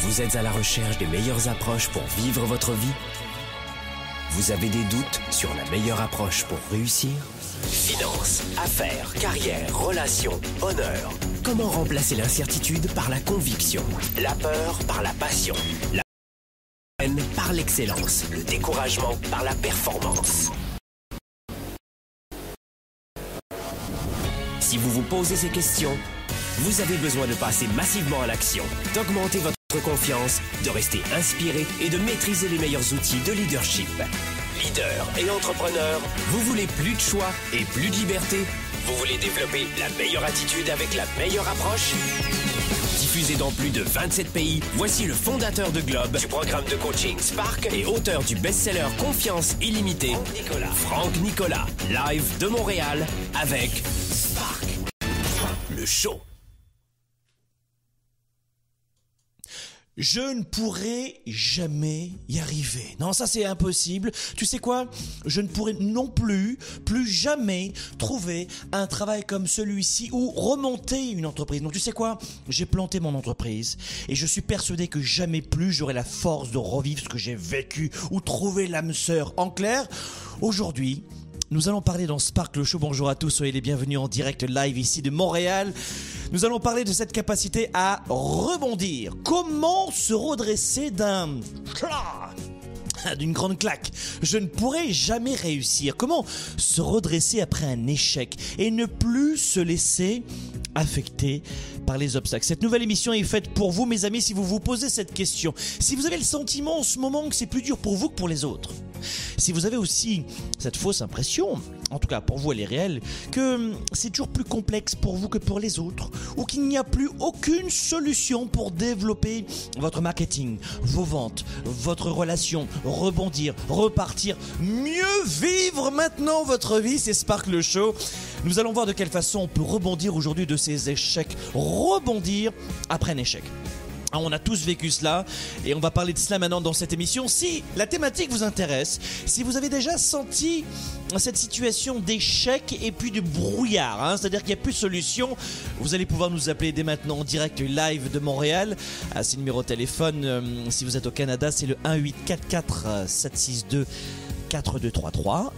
Vous êtes à la recherche des meilleures approches pour vivre votre vie? Vous avez des doutes sur la meilleure approche pour réussir? Finances, affaires, carrière, relations, honneur. Comment remplacer l'incertitude par la conviction? La peur par la passion? La haine par l'excellence? Le découragement par la performance? Si vous vous posez ces questions, vous avez besoin de passer massivement à l'action, d'augmenter votre confiance, de rester inspiré et de maîtriser les meilleurs outils de leadership. Leader et entrepreneur, vous voulez plus de choix et plus de liberté? Vous voulez développer la meilleure attitude avec la meilleure approche? Diffusé dans plus de 27 pays, voici le fondateur de Globe, du programme de coaching Spark et auteur du best-seller Confiance illimitée, Franck Nicolas, live de Montréal avec Spark, le show. Je ne pourrai jamais y arriver. Non, ça c'est impossible. Tu sais quoi? Je ne pourrai non plus jamais trouver un travail comme celui-ci ou remonter une entreprise. Donc tu sais quoi? J'ai planté mon entreprise et je suis persuadé que jamais plus j'aurai la force de revivre ce que j'ai vécu ou trouver l'âme sœur. En clair, aujourd'hui, nous allons parler dans Spark le Show. Bonjour à tous, soyez les bienvenus en direct live ici de Montréal. Nous allons parler de cette capacité à rebondir. Comment se redresser d'une grande claque? Je ne pourrai jamais réussir. Comment se redresser après un échec et ne plus se laisser affecter par les obstacles? Cette nouvelle émission est faite pour vous, mes amis, si vous vous posez cette question. Si vous avez le sentiment en ce moment que c'est plus dur pour vous que pour les autres. Si vous avez aussi cette fausse impression, en tout cas pour vous elle est réelle, que c'est toujours plus complexe pour vous que pour les autres, ou qu'il n'y a plus aucune solution pour développer votre marketing, vos ventes, votre relation, rebondir, repartir, mieux vivre maintenant votre vie, c'est Spark le Show. Nous allons voir de quelle façon on peut rebondir aujourd'hui de ces échecs, rebondir après un échec. On a tous vécu cela et on va parler de cela maintenant dans cette émission. Si la thématique vous intéresse, si vous avez déjà senti cette situation d'échec et puis de brouillard, c'est-à-dire qu'il n'y a plus de solution, vous allez pouvoir nous appeler dès maintenant en direct live de Montréal. À ce numéro de téléphone, si vous êtes au Canada, c'est le 1-844-762 4233,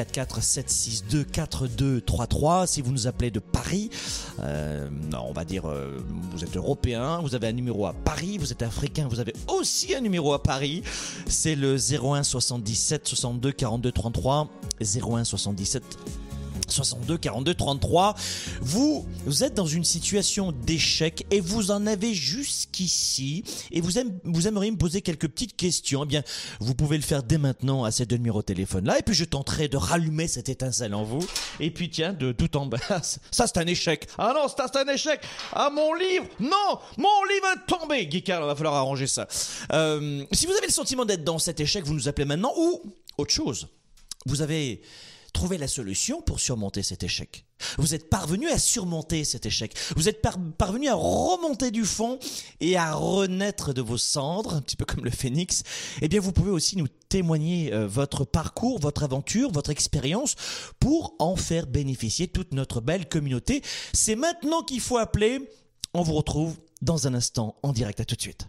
1-844-762-4233. Si vous nous appelez de Paris, on va dire vous êtes européen, vous avez un numéro à Paris, vous êtes africain, vous avez aussi un numéro à Paris, c'est le 01 77 62 42 33, 01 77 62 42 33. Vous êtes dans une situation d'échec et vous en avez jusqu'ici et vous aimeriez me poser quelques petites questions. Eh bien, vous pouvez le faire dès maintenant à ces deux numéros de téléphone là et puis je tenterai de rallumer cette étincelle en vous. Et puis tiens, de tout en bas, ça c'est un échec. Ah non, c'est un échec. Ah mon livre, non, mon livre est tombé. Guicard, il va falloir arranger ça. Si vous avez le sentiment d'être dans cet échec, vous nous appelez maintenant ou autre chose. Vous avez trouvé la solution pour surmonter cet échec. Vous êtes parvenu à surmonter cet échec. Vous êtes parvenu à remonter du fond et à renaître de vos cendres, un petit peu comme le phénix. Eh bien, vous pouvez aussi nous témoigner votre parcours, votre aventure, votre expérience pour en faire bénéficier toute notre belle communauté. C'est maintenant qu'il faut appeler. On vous retrouve dans un instant en direct. À tout de suite.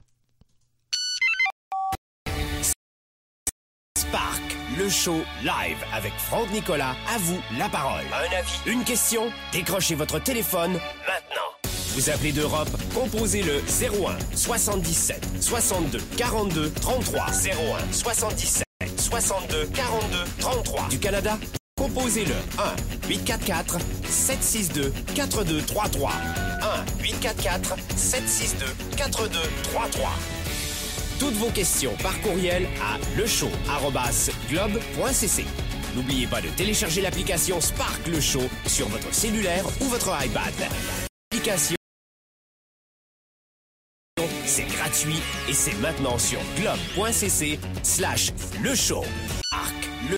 Spark, le show live avec Franck Nicolas. À vous la parole. Un avis, une question? Décrochez votre téléphone maintenant. Vous appelez d'Europe, composez le 01 77 62 42 33. 01 77 62 42 33. Du Canada, composez le 1 844 762 4233. 1 844 762 4233. Toutes vos questions par courriel à leshow@globe.cc. N'oubliez pas de télécharger l'application Spark le Show sur votre cellulaire ou votre iPad. L'application, c'est gratuit et c'est maintenant sur globe.cc/le show. Spark le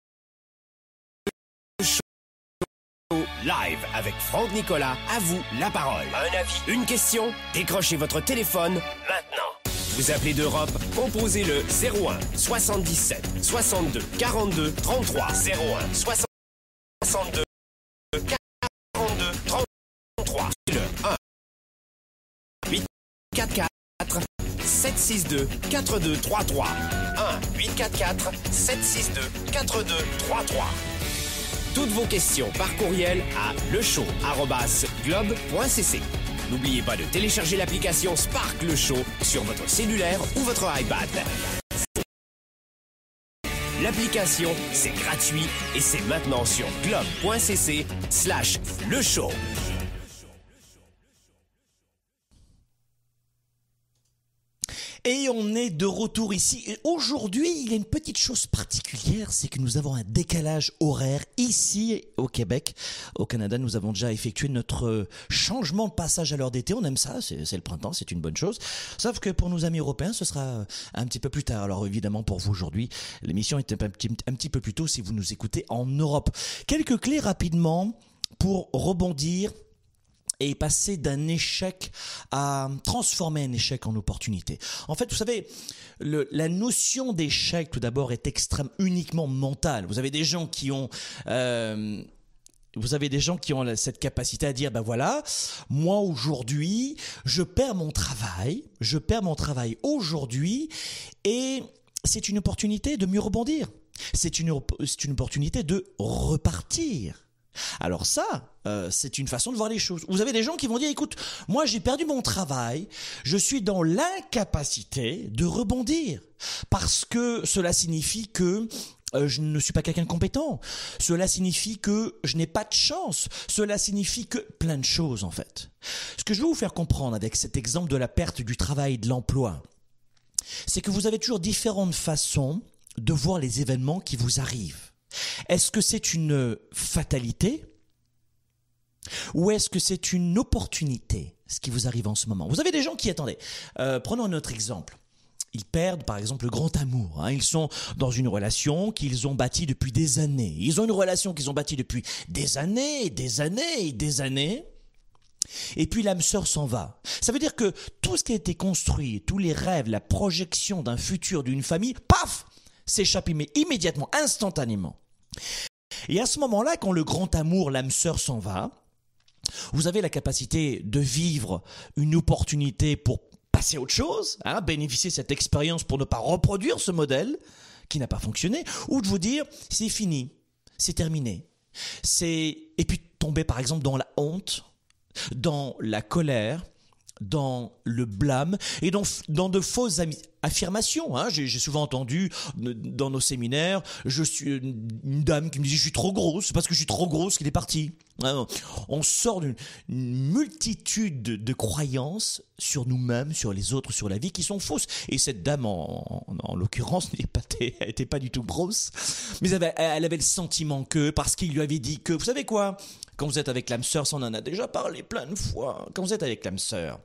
Show live avec Franck Nicolas. À vous la parole. Un avis, une question? Décrochez votre téléphone maintenant. Vous appelez d'Europe, composez le 01 77 62 42 33. 01 62 42 33. Le 1 844 7 1-844-762-4233. 1-844-762-4233. Toutes vos questions par courriel à leshow@globe.cc. N'oubliez pas de télécharger l'application Spark Le Show sur votre cellulaire ou votre iPad. L'application, c'est gratuit et c'est maintenant sur globe.cc/le show. Et on est de retour ici. Et aujourd'hui, il y a une petite chose particulière, c'est que nous avons un décalage horaire ici au Québec. Au Canada, nous avons déjà effectué notre changement de passage à l'heure d'été. On aime ça, c'est le printemps, c'est une bonne chose. Sauf que pour nos amis européens, ce sera un petit peu plus tard. Alors évidemment, pour vous aujourd'hui, l'émission est un petit peu plus tôt si vous nous écoutez en Europe. Quelques clés rapidement pour rebondir et passer d'un échec à transformer un échec en opportunité. En fait, vous savez, la notion d'échec, tout d'abord, est uniquement mentale. Vous avez des gens qui ont cette capacité à dire, ben voilà, moi aujourd'hui, je perds mon travail aujourd'hui, et c'est une opportunité de mieux rebondir. C'est une opportunité de repartir. Alors ça, c'est une façon de voir les choses. Vous avez des gens qui vont dire, écoute, moi j'ai perdu mon travail, je suis dans l'incapacité de rebondir parce que cela signifie que je ne suis pas quelqu'un de compétent, cela signifie que je n'ai pas de chance, cela signifie que plein de choses en fait. Ce que je veux vous faire comprendre avec cet exemple de la perte du travail et de l'emploi, c'est que vous avez toujours différentes façons de voir les événements qui vous arrivent. Est-ce que c'est une fatalité ou est-ce que c'est une opportunité, ce qui vous arrive en ce moment? Vous avez des gens qui, attendez, prenons un autre exemple. Ils perdent par exemple le grand amour. Ils sont dans une relation qu'ils ont bâtie depuis des années. Ils ont une relation qu'ils ont bâtie depuis des années et des années et des années. Et puis l'âme sœur s'en va. Ça veut dire que tout ce qui a été construit, tous les rêves, la projection d'un futur, d'une famille, paf, s'échappe immédiatement, instantanément. Et à ce moment-là, quand le grand amour, l'âme sœur s'en va, vous avez la capacité de vivre une opportunité pour passer à autre chose, bénéficier de cette expérience pour ne pas reproduire ce modèle qui n'a pas fonctionné, ou de vous dire c'est fini, c'est terminé. Et puis tomber par exemple dans la honte, dans la colère, dans le blâme et dans de fausses affirmations. J'ai souvent entendu dans nos séminaires, je suis une dame qui me dit je suis trop grosse, c'est parce que je suis trop grosse qu'il est parti. On sort d'une multitude de croyances sur nous-mêmes, sur les autres, sur la vie qui sont fausses. Et cette dame, en l'occurrence, n'était pas du tout grosse, mais elle avait le sentiment que, parce qu'il lui avait dit que, vous savez quoi, quand vous êtes avec l'âme sœur, ça on en a déjà parlé plein de fois, quand vous êtes avec l'âme sœur,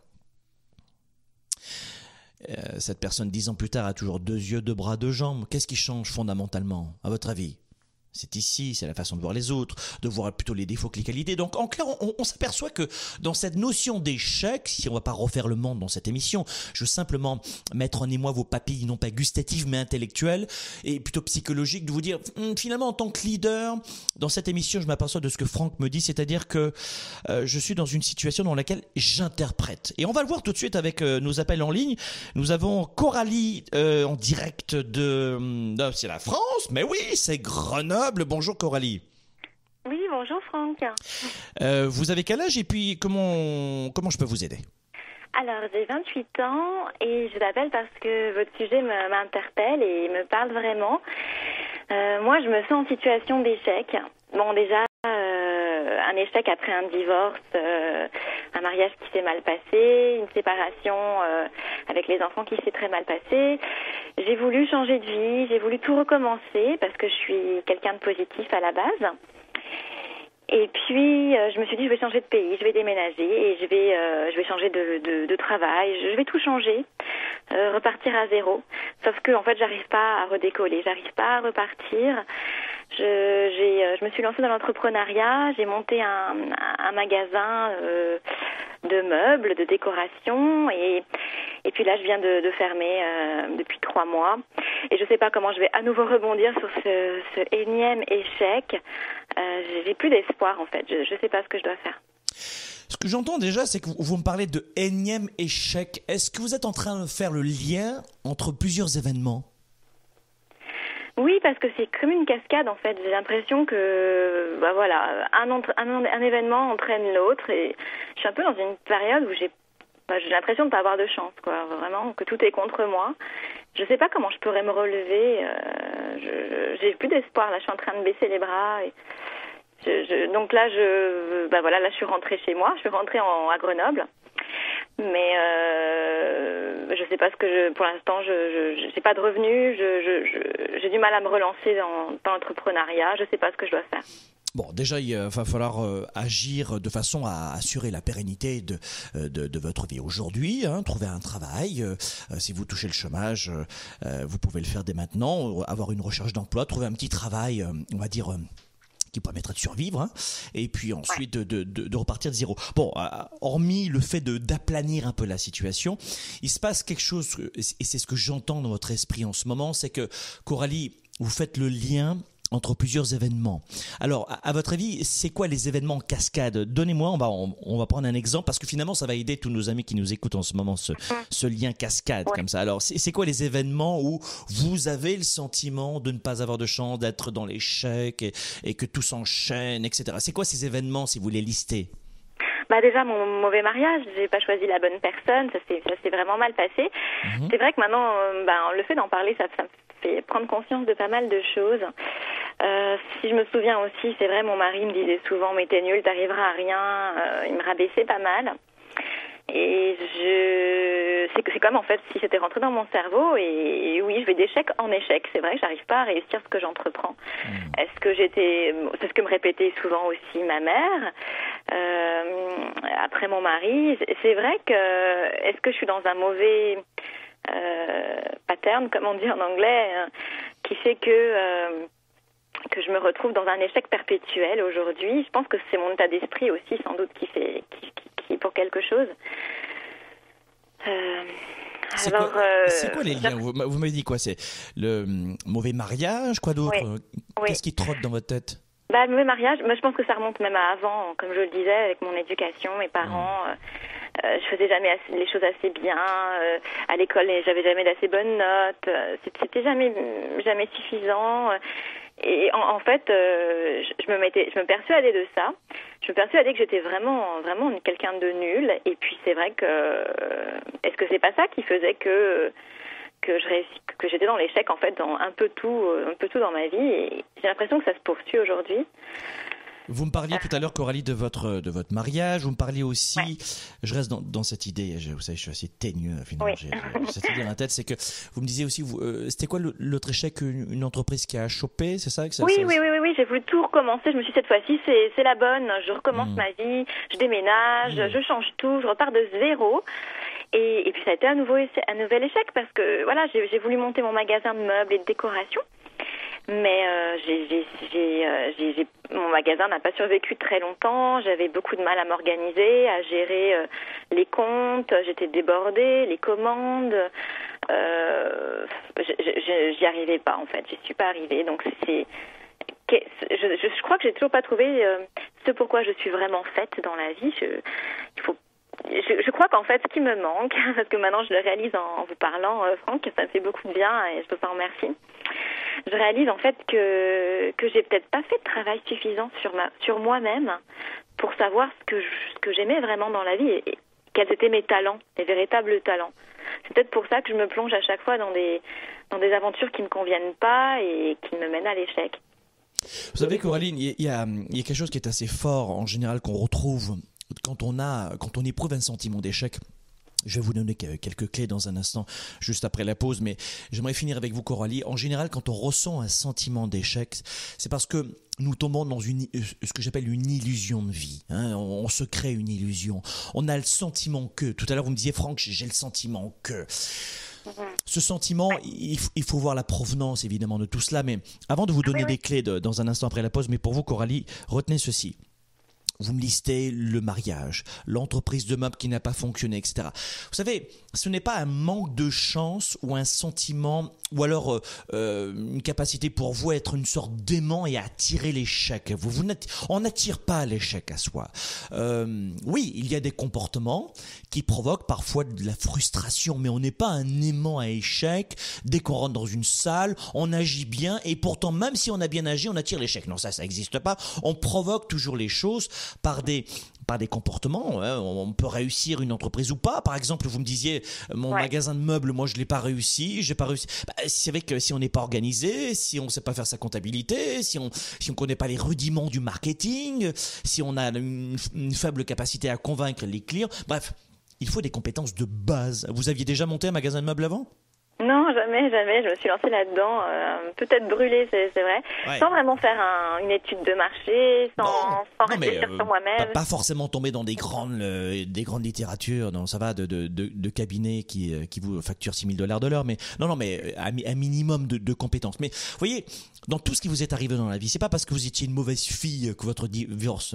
cette personne 10 ans plus tard a toujours 2 yeux, 2 bras, 2 jambes. Qu'est-ce qui change fondamentalement, à votre avis? C'est ici, c'est la façon de voir les autres, de voir plutôt les défauts que les qualités. Donc en clair, on s'aperçoit que dans cette notion d'échec, si on ne va pas refaire le monde dans cette émission, je veux simplement mettre en émoi vos papilles, non pas gustatives mais intellectuelles, et plutôt psychologiques, de vous dire, finalement en tant que leader, dans cette émission, je m'aperçois de ce que Franck me dit, c'est-à-dire que je suis dans une situation dans laquelle j'interprète. Et on va le voir tout de suite avec nos appels en ligne. Nous avons Coralie en direct c'est la France, mais oui, c'est Grenoble. Bonjour Coralie. Oui, bonjour Franck. Vous avez quel âge et puis comment je peux vous aider? Alors, j'ai 28 ans et je l'appelle parce que votre sujet m'interpelle et me parle vraiment. Moi, je me sens en situation d'échec. Bon, déjà, un échec après un divorce, un mariage qui s'est mal passé, une séparation avec les enfants qui s'est très mal passée. J'ai voulu changer de vie, j'ai voulu tout recommencer parce que je suis quelqu'un de positif à la base. Et puis, je me suis dit, je vais changer de pays, je vais déménager et je vais changer de travail, je vais tout changer, repartir à zéro. Sauf que, en fait, j'arrive pas à redécoller, j'arrive pas à repartir. Je me suis lancée dans l'entrepreneuriat, j'ai monté un magasin de meubles, de décoration et puis là, je viens de fermer depuis 3 mois. Et je sais pas comment je vais à nouveau rebondir sur ce énième échec. J'ai plus d'espoir, en fait. Je sais pas ce que je dois faire. Ce que j'entends déjà, c'est que vous me parlez de énième échec. Est-ce que vous êtes en train de faire le lien entre plusieurs événements ? Oui, parce que c'est comme une cascade en fait. J'ai l'impression que un événement entraîne l'autre et je suis un peu dans une période où j'ai l'impression de pas avoir de chance, quoi. Vraiment que tout est contre moi. Je sais pas comment je pourrais me relever. J'ai plus d'espoir. Là, je suis en train de baisser les bras. Donc là, là, je suis rentrée chez moi. Je suis rentrée à Grenoble. Mais je sais pas pour l'instant, j'ai pas de revenus. J'ai du mal à me relancer dans l'entrepreneuriat. Je sais pas ce que je dois faire. Bon, déjà, il va falloir agir de façon à assurer la pérennité de votre vie aujourd'hui. Trouver un travail. Si vous touchez le chômage, vous pouvez le faire dès maintenant. Avoir une recherche d'emploi, trouver un petit travail, on va dire... qui permettrait de survivre, et puis ensuite de repartir de zéro. Bon, hormis le fait d'aplanir un peu la situation, il se passe quelque chose, et c'est ce que j'entends dans votre esprit en ce moment, c'est que, Coralie, vous faites le lien entre plusieurs événements. Alors, à votre avis, c'est quoi les événements en cascade ? Donnez-moi, on va prendre un exemple, parce que finalement, ça va aider tous nos amis qui nous écoutent en ce moment, ce lien cascade comme ça. Alors, c'est quoi les événements où vous avez le sentiment de ne pas avoir de chance, d'être dans l'échec et que tout s'enchaîne, etc. C'est quoi ces événements, si vous les listez ? Déjà, mon mauvais mariage, j'ai pas choisi la bonne personne, ça s'est vraiment mal passé. C'est vrai que maintenant, le fait d'en parler, ça me fait prendre conscience de pas mal de choses. Si je me souviens aussi, c'est vrai, mon mari me disait souvent, mais t'es nul, t'arriveras à rien. Il me rabaissait pas mal. Et c'est comme en fait si c'était rentré dans mon cerveau. Et oui, je vais d'échec en échec. C'est vrai que j'arrive pas à réussir ce que j'entreprends. C'est ce que me répétait souvent aussi ma mère. Après mon mari, c'est vrai que est-ce que je suis dans un mauvais pattern, comme on dit en anglais, qui fait que je me retrouve dans un échec perpétuel aujourd'hui. Je pense que c'est mon état d'esprit aussi, sans doute, qui est pour quelque chose. C'est quoi les liens ? Vous m'avez dit quoi ? C'est le mauvais mariage ? Quoi d'autre ? Oui. Qu'est-ce qui trotte dans votre tête ? Le mauvais mariage, je pense que ça remonte même à avant, comme je le disais, avec mon éducation, mes parents. Je faisais jamais les choses assez bien. À l'école, j'avais jamais d'assez bonnes notes. C'était jamais suffisant. Et en fait, je me persuadais de ça. Je me persuadais que j'étais vraiment quelqu'un de nul. Et puis c'est vrai que est-ce que c'est pas ça qui faisait que j'étais dans l'échec en fait dans un peu tout dans ma vie. Et j'ai l'impression que ça se poursuit aujourd'hui. Vous me parliez tout à l'heure, Coralie, de votre mariage. Vous me parliez aussi, je reste dans cette idée, vous savez, je suis assez teigneux finalement. J'ai cette idée dans la tête, c'est que vous me disiez aussi, c'était quoi l'autre échec, une entreprise qui a chopé, c'est ça que ça, Oui, j'ai voulu tout recommencer. Je me suis dit, cette fois-ci, c'est la bonne. Je recommence ma vie, je déménage, je change tout, je repars de zéro. Et puis ça a été un nouvel échec parce que voilà, j'ai voulu monter mon magasin de meubles et de décoration. Mais mon magasin n'a pas survécu très longtemps. J'avais beaucoup de mal à m'organiser, à gérer les comptes. J'étais débordée, les commandes. J'y arrivais pas en fait. J'y suis pas arrivée. Donc je crois que j'ai toujours pas trouvé ce pourquoi je suis vraiment faite dans la vie. Je crois qu'en fait, ce qui me manque, parce que maintenant je le réalise en vous parlant, Franck, ça me fait beaucoup de bien et je vous en remercie. Je réalise en fait que j'ai peut-être pas fait de travail suffisant sur moi-même pour savoir ce que j'aimais vraiment dans la vie et quels étaient mes talents, mes véritables talents. C'est peut-être pour ça que je me plonge à chaque fois dans des aventures qui me conviennent pas et qui me mènent à l'échec. Vous savez, Coraline, il y a quelque chose qui est assez fort en général qu'on retrouve quand on éprouve un sentiment d'échec. Je vais vous donner quelques clés dans un instant, juste après la pause, mais j'aimerais finir avec vous, Coralie. En général, quand on ressent un sentiment d'échec, c'est parce que nous tombons dans ce que j'appelle une illusion de vie. On se crée une illusion. On a le sentiment que... Tout à l'heure, vous me disiez, Franck, j'ai le sentiment que... Ce sentiment, il faut voir la provenance, évidemment, de tout cela. Mais avant de vous donner des clés dans un instant après la pause, mais pour vous, Coralie, retenez ceci. vous me listez le mariage, l'entreprise de meubles qui n'a pas fonctionné, etc. Vous savez, ce n'est pas un manque de chance ou un sentiment ou alors une capacité pour vous à être une sorte d'aimant et à attirer l'échec. On n'attire pas l'échec à soi. Oui, il y a des comportements qui provoquent parfois de la frustration, mais on n'est pas un aimant à échec. Dès qu'on rentre dans une salle, on agit bien et pourtant, même si on a bien agi, on attire l'échec. Non, ça n'existe pas. On provoque toujours les choses par des comportements. Hein. On peut réussir une entreprise ou pas. Par exemple, vous me disiez, mon magasin de meubles, moi, je l'ai pas réussi. J'ai pas réussi. C'est vrai que si on n'est pas organisé, si on ne sait pas faire sa comptabilité, si on connaît pas les rudiments du marketing, si on a une faible capacité à convaincre les clients, bref, il faut des compétences de base. Vous aviez déjà monté un magasin de meubles avant ? Non, jamais. Je me suis lancée là-dedans, peut-être brûlée, c'est vrai, sans vraiment faire une étude de marché, sans réfléchir sur moi-même. Pas forcément tomber dans des grandes littératures, non, ça va, de cabinets qui vous facturent $6 000 de l'heure, mais non, mais un minimum de compétences. Mais vous voyez, dans tout ce qui vous est arrivé dans la vie, c'est pas parce que vous étiez une mauvaise fille que votre divorce,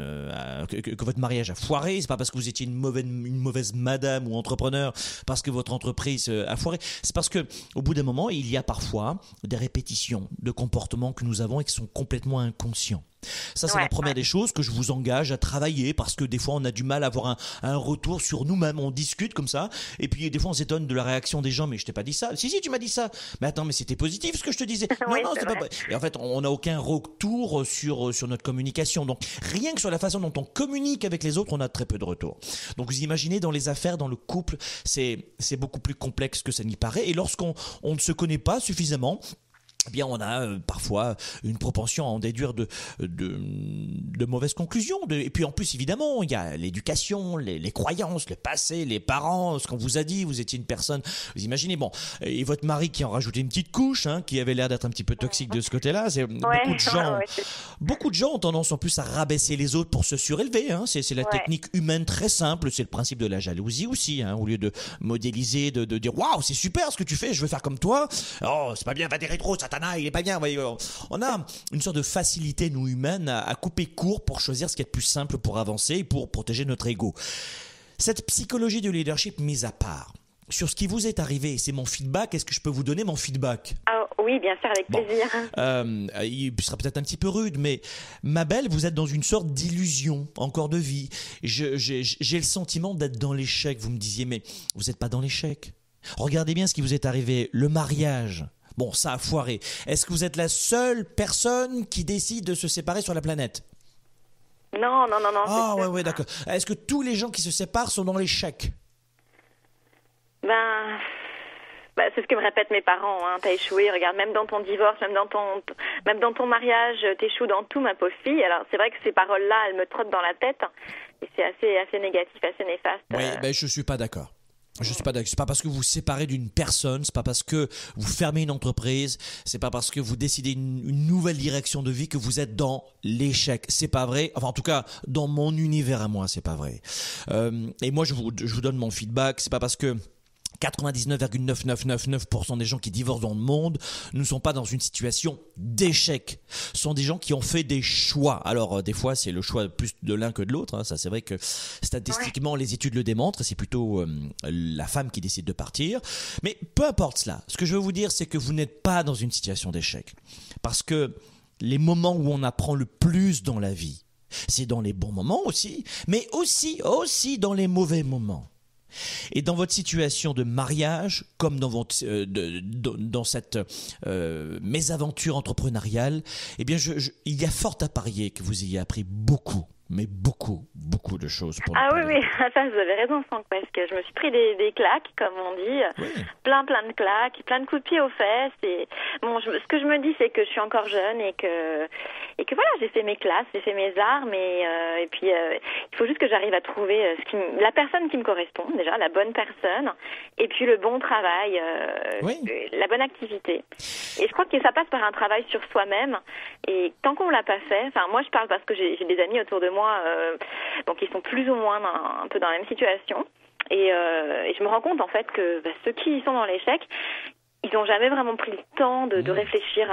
que votre mariage a foiré, c'est pas parce que vous étiez une mauvaise madame ou entrepreneur, parce que votre entreprise a foiré. C'est parce que, au bout d'un moment, il y a parfois des répétitions de comportements que nous avons et qui sont complètement inconscients. Ça, c'est la première des choses que je vous engage à travailler parce que des fois, on a du mal à avoir un retour sur nous-mêmes. On discute comme ça et puis des fois, on s'étonne de la réaction des gens. Mais je t'ai pas dit ça. Si, tu m'as dit ça. Mais attends, mais c'était positif ce que je te disais. Non, c'est pas vrai. Et en fait, on n'a aucun retour sur notre communication. Donc, rien que sur la façon dont on communique avec les autres, on a très peu de retour. Donc, vous imaginez, dans les affaires, dans le couple, c'est beaucoup plus complexe que ça n'y paraît. Et lorsqu'on ne se connaît pas suffisamment, eh bien, on a parfois une propension à en déduire de mauvaises conclusions. Et puis en plus, évidemment, il y a l'éducation, les croyances, le passé, les parents, ce qu'on vous a dit. Vous étiez une personne, vous imaginez, bon, et votre mari qui en rajoutait une petite couche, hein, qui avait l'air d'être un petit peu toxique de ce côté-là. C'est beaucoup de gens ont tendance en plus à rabaisser les autres pour se surélever. Hein. C'est la technique humaine très simple. C'est le principe de la jalousie aussi. Hein, au lieu de modéliser, de dire waouh, c'est super ce que tu fais, je veux faire comme toi. Oh, c'est pas bien, va des rétros, ça. Il est pas bien. On a une sorte de facilité, nous humaines, à couper court pour choisir ce qui est le plus simple pour avancer et pour protéger notre ego. Cette psychologie du leadership mise à part, sur ce qui vous est arrivé, c'est mon feedback. Est-ce que je peux vous donner mon feedback ? Oui, bien sûr, avec plaisir. Il sera peut-être un petit peu rude, mais ma belle, vous êtes dans une sorte d'illusion encore de vie. J'ai le sentiment d'être dans l'échec. Vous me disiez, mais vous n'êtes pas dans l'échec. Regardez bien ce qui vous est arrivé. Le mariage. Bon, ça a foiré. Est-ce que vous êtes la seule personne qui décide de se séparer sur la planète ? Non. Ah ouais, d'accord. Est-ce que tous les gens qui se séparent sont dans l'échec ? C'est ce que me répètent mes parents. Hein. T'as échoué. Regarde, même dans ton divorce, même dans ton mariage, t'échoues dans tout, ma pauvre fille. Alors c'est vrai que ces paroles-là, elles me trottent dans la tête. Et c'est assez négatif, assez néfaste. Oui, mais je suis pas d'accord. C'est pas parce que vous séparez d'une personne, c'est pas parce que vous fermez une entreprise, c'est pas parce que vous décidez une nouvelle direction de vie que vous êtes dans l'échec. C'est pas vrai. Enfin, en tout cas, dans mon univers à moi, c'est pas vrai. Et moi, je vous donne mon feedback. C'est pas parce que 99,9999% des gens qui divorcent dans le monde ne sont pas dans une situation d'échec. Ce sont des gens qui ont fait des choix. Alors, des fois, c'est le choix plus de l'un que de l'autre. Hein. Ça, c'est vrai que statistiquement, les études le démontrent. C'est plutôt la femme qui décide de partir. Mais peu importe cela. Ce que je veux vous dire, c'est que vous n'êtes pas dans une situation d'échec. Parce que les moments où on apprend le plus dans la vie, c'est dans les bons moments aussi, mais aussi dans les mauvais moments. Et dans votre situation de mariage, comme dans cette mésaventure entrepreneuriale, eh bien, il y a fort à parier que vous ayez appris beaucoup, mais beaucoup de choses. Oui, ça, vous avez raison, Franck, parce que je me suis pris des claques, comme on dit, plein de claques, plein de coups de pied aux fesses. Et bon, ce que je me dis, c'est que je suis encore jeune et que voilà, j'ai fait mes classes, j'ai fait mes armes, et puis il faut juste que j'arrive à trouver la personne qui me correspond, déjà, la bonne personne, et puis le bon travail, la bonne activité. Et je crois que ça passe par un travail sur soi-même, et tant qu'on l'a pas fait, enfin moi je parle parce que j'ai des amis autour de moi, donc ils sont plus ou moins un peu dans la même situation, et je me rends compte en fait que ceux qui sont dans l'échec, ils ils n'ont jamais vraiment pris le temps de réfléchir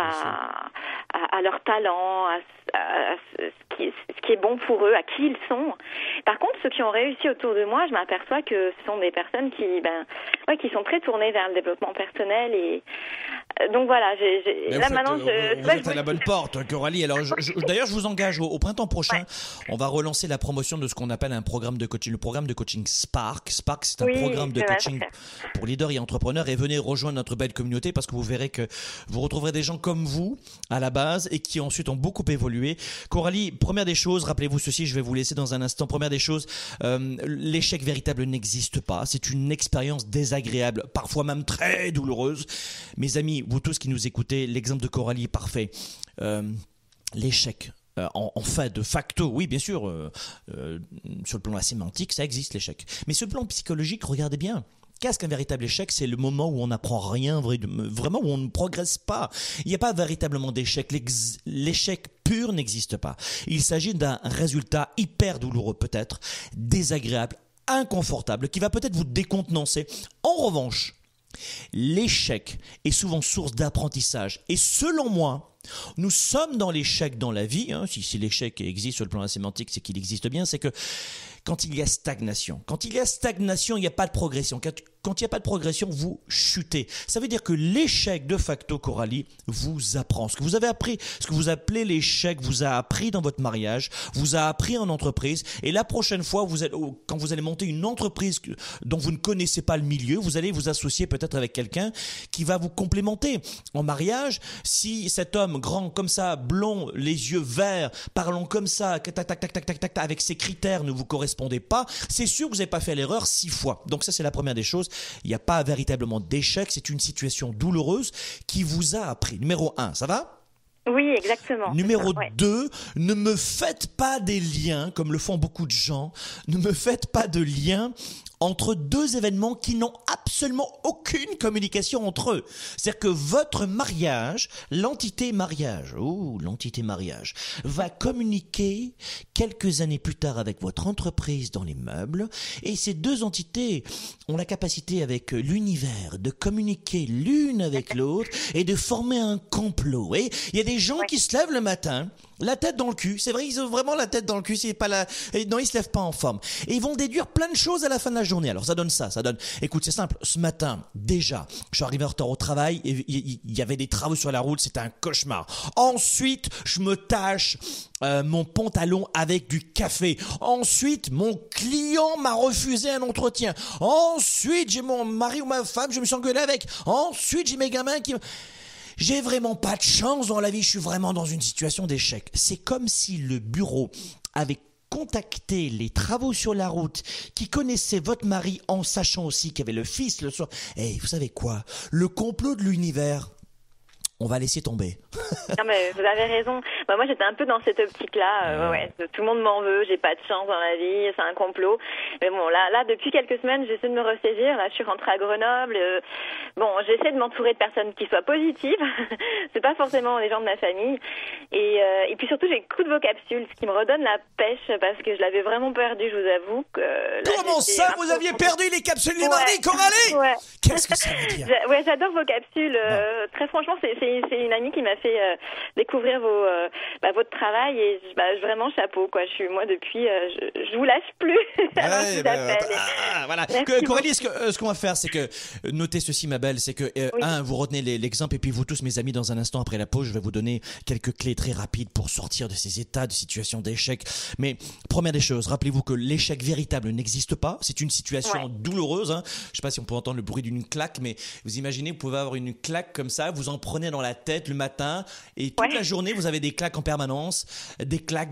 à leur talent, à ce qui est bon pour eux, à qui ils sont. Par contre, ceux qui ont réussi autour de moi, je m'aperçois que ce sont des personnes qui sont très tournées vers le développement personnel. Et donc voilà, vous êtes à la bonne porte, Coralie. Alors, d'ailleurs, je vous engage au printemps prochain. On va relancer la promotion de ce qu'on appelle un programme de coaching, le programme de coaching Spark. Spark, c'est un programme de coaching pour leaders et entrepreneurs. Et venez rejoindre notre belle communauté parce que vous verrez que vous retrouverez des gens comme vous à la base et qui ensuite ont beaucoup évolué. Coralie, première des choses, rappelez-vous ceci, je vais vous laisser dans un instant. Première des choses, l'échec véritable n'existe pas. C'est une expérience désagréable, parfois même très douloureuse. Mes amis, vous tous qui nous écoutez, l'exemple de Coralie est parfait. L'échec, en fait, de facto, oui, bien sûr, sur le plan sémantique, ça existe l'échec. Mais sur le plan psychologique, regardez bien. Qu'est-ce qu'un véritable échec? C'est le moment où on n'apprend rien, vraiment où on ne progresse pas. Il n'y a pas véritablement d'échec. L'échec pur n'existe pas. Il s'agit d'un résultat hyper douloureux peut-être, désagréable, inconfortable, qui va peut-être vous décontenancer. En revanche, l'échec est souvent source d'apprentissage. Et selon moi, nous sommes dans l'échec dans la vie. Si l'échec existe sur le plan sémantique, c'est qu'il existe bien. C'est que quand il y a stagnation, il n'y a pas de progression. Quand il n'y a pas de progression, vous chutez. Ça veut dire que l'échec, de facto, Coralie, vous apprend. Ce que vous avez appris, ce que vous appelez l'échec, vous a appris dans votre mariage, vous a appris en entreprise. Et la prochaine fois, quand vous allez monter une entreprise dont vous ne connaissez pas le milieu, vous allez vous associer peut-être avec quelqu'un qui va vous complémenter. En mariage, si cet homme grand comme ça, blond, les yeux verts, parlant comme ça, tac, tac, tac, tac, tac, tac, avec ses critères ne vous correspondez pas, c'est sûr que vous n'avez pas fait l'erreur 6 fois. Donc ça, c'est la première des choses. Il n'y a pas véritablement d'échec, c'est une situation douloureuse qui vous a appris. Numéro 1, ça va ? Oui, exactement. Numéro 2, ne me faites pas des liens, comme le font beaucoup de gens, ne me faites pas de liens entre deux événements qui n'ont absolument aucune communication entre eux. C'est-à-dire que votre mariage, l'entité mariage, va communiquer quelques années plus tard avec votre entreprise dans les meubles, et ces deux entités ont la capacité avec l'univers de communiquer l'une avec l'autre et de former un complot. Et il y a des gens qui se lèvent le matin, la tête dans le cul, c'est vrai, ils ont vraiment la tête dans le cul, c'est pas non, ils se lèvent pas en forme. Et ils vont déduire plein de choses à la fin de la journée. Alors ça donne, écoute, c'est simple, ce matin, déjà, je suis arrivé en retard au travail, et il y avait des travaux sur la route, c'était un cauchemar. Ensuite, je me tâche mon pantalon avec du café. Ensuite, mon client m'a refusé un entretien. Ensuite, j'ai mon mari ou ma femme, je me suis engueulé avec. Ensuite, j'ai mes gamins qui... J'ai vraiment pas de chance dans la vie, je suis vraiment dans une situation d'échec. C'est comme si le bureau avait contacté les travaux sur la route qui connaissaient votre mari en sachant aussi qu'il y avait le fils le soir. Et vous savez quoi ? Le complot de l'univers, on va laisser tomber. Non mais vous avez raison. Moi j'étais un peu dans cette optique-là. Tout le monde m'en veut, j'ai pas de chance dans la vie, c'est un complot. Mais bon là depuis quelques semaines j'essaie de me ressaisir. Là je suis rentrée à Grenoble. J'essaie de m'entourer de personnes qui soient positives. C'est pas forcément les gens de ma famille. Et puis surtout j'écoute vos capsules, ce qui me redonne la pêche parce que je l'avais vraiment perdu. Je vous avoue que. Là, comment ça vous aviez perdu les capsules les mardis, Coralie ? Ouais. Qu'est-ce que ça veut dire ? J'adore vos capsules. Très franchement c'est une amie qui m'a fait découvrir votre travail et vraiment chapeau quoi. Moi depuis je vous lâche plus. Alors je vous appelle. Voilà. Coralie, ce qu'on va faire, c'est que notez ceci, ma belle, c'est que vous retenez l'exemple et puis vous tous, mes amis, dans un instant après la pause, je vais vous donner quelques clés très rapides pour sortir de ces états de situation d'échec. Mais première des choses, rappelez-vous que l'échec véritable n'existe pas. C'est une situation douloureuse. Je sais pas si on peut entendre le bruit d'une claque, mais vous imaginez, vous pouvez avoir une claque comme ça, vous en prenez dans la tête le matin et toute la journée vous avez des claques en permanence, des claques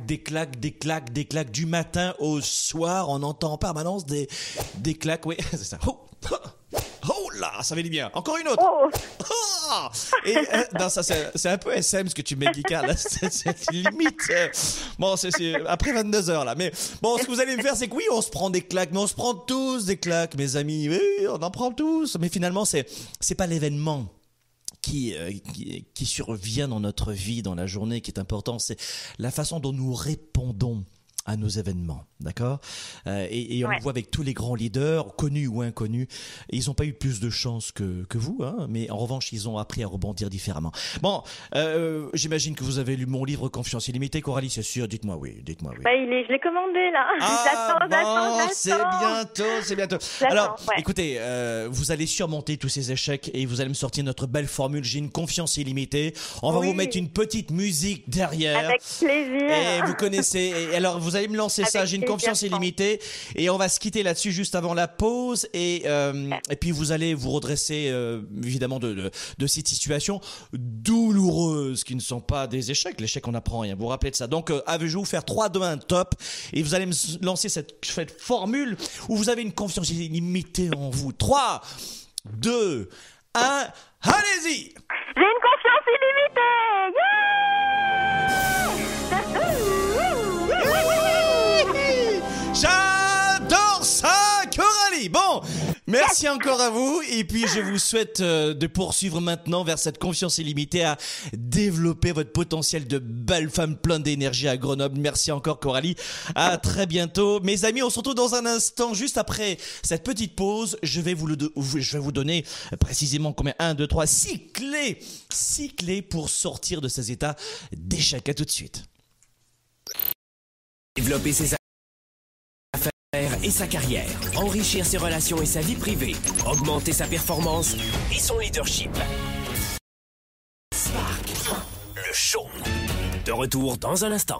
du matin au soir, on entend en permanence des claques. Oui, c'est ça. Oh là, ça va aller bien. Encore une autre. Et non, ça c'est un peu SM ce que tu mets, Guicard, là. C'est limite. C'est après 22h là. Mais bon, ce que vous allez me faire, c'est que oui, on se prend des claques, mais on se prend tous des claques, mes amis. Oui, on en prend tous. Mais finalement, c'est pas l'événement qui survient dans notre vie, dans la journée, qui est important, c'est la façon dont nous répondons à nos événements, d'accord, et on le voit avec tous les grands leaders, connus ou inconnus, ils n'ont pas eu plus de chance que vous, hein, mais en revanche, ils ont appris à rebondir différemment. Bon, j'imagine que vous avez lu mon livre Confiance illimitée, Coralie, c'est sûr, dites-moi oui. Bah, je l'ai commandé là. J'attends. C'est bientôt. Alors, écoutez, vous allez surmonter tous ces échecs et vous allez me sortir notre belle formule, j'ai une confiance illimitée. On va vous mettre une petite musique derrière. Avec plaisir. Et vous connaissez, et alors vous allez me lancer ça, j'ai une confiance illimitée, et on va se quitter là-dessus juste avant la pause, et puis vous allez vous redresser évidemment de cette situation douloureuse qui ne sont pas des échecs. L'échec, on n'apprend rien, vous vous rappelez de ça. Donc je vais vous faire 3, 2, 1, top, et vous allez me lancer cette formule où vous avez une confiance illimitée en vous. 3, 2, 1, allez-y. J'ai une confiance illimitée. J'adore ça, Coralie. Bon, merci encore à vous. Et puis, je vous souhaite de poursuivre maintenant vers cette confiance illimitée, à développer votre potentiel de belle femme pleine d'énergie à Grenoble. Merci encore, Coralie. À très bientôt. Mes amis, on se retrouve dans un instant. Juste après cette petite pause, je vais vous donner précisément combien? 1, 2, 3, 6 clés. 6 clés pour sortir de ces états d'échec. À tout de suite. Développer ses affaires et sa carrière, enrichir ses relations et sa vie privée, augmenter sa performance et son leadership. Spark, le show. De retour dans un instant.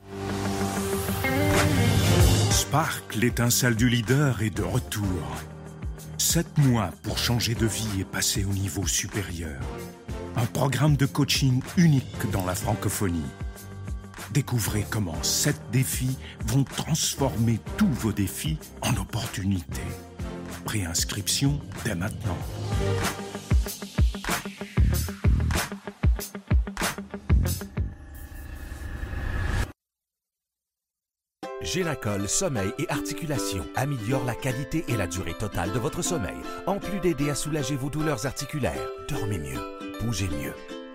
Spark, l'étincelle du leader, est de retour. 7 mois pour changer de vie et passer au niveau supérieur. Un programme de coaching unique dans la francophonie. Découvrez comment 7 défis vont transformer tous vos défis en opportunités. Préinscription dès maintenant. Génacol Sommeil et Articulation améliore la qualité et la durée totale de votre sommeil, en plus d'aider à soulager vos douleurs articulaires. Dormez mieux, bougez mieux.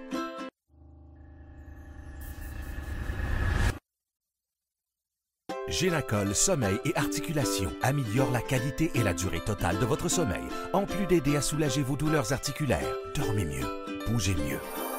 Génacol Sommeil et Articulation améliore la qualité et la durée totale de votre sommeil, en plus d'aider à soulager vos douleurs articulaires. Dormez mieux, bougez mieux.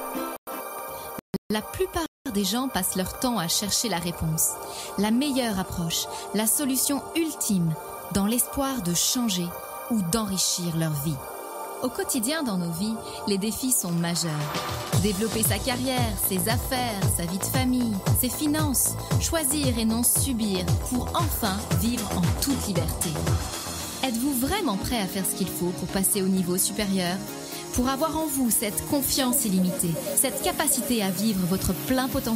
La plupart des gens passent leur temps à chercher la réponse, la meilleure approche, la solution ultime, dans l'espoir de changer ou d'enrichir leur vie. Au quotidien dans nos vies, les défis sont majeurs. Développer sa carrière, ses affaires, sa vie de famille, ses finances, choisir et non subir pour enfin vivre en toute liberté. Êtes-vous vraiment prêt à faire ce qu'il faut pour passer au niveau supérieur ? Pour avoir en vous cette confiance illimitée, cette capacité à vivre votre plein potentiel ?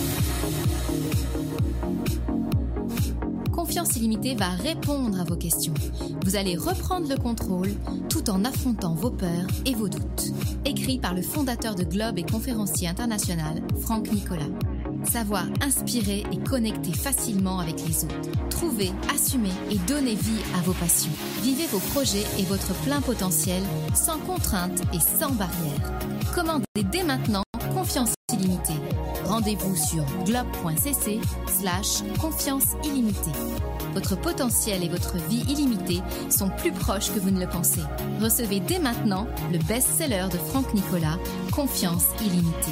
Confiance illimitée va répondre à vos questions. Vous allez reprendre le contrôle tout en affrontant vos peurs et vos doutes. Écrit par le fondateur de Globe et conférencier international, Franck Nicolas. Savoir inspirer et connecter facilement avec les autres. Trouver, assumer et donner vie à vos passions. Vivez vos projets et votre plein potentiel sans contraintes et sans barrières. Commandez dès maintenant Confiance illimitée. Rendez-vous sur globe.cc/confiance illimitée. Votre potentiel et votre vie illimitée sont plus proches que vous ne le pensez. Recevez dès maintenant le best-seller de Franck Nicolas, Confiance illimitée.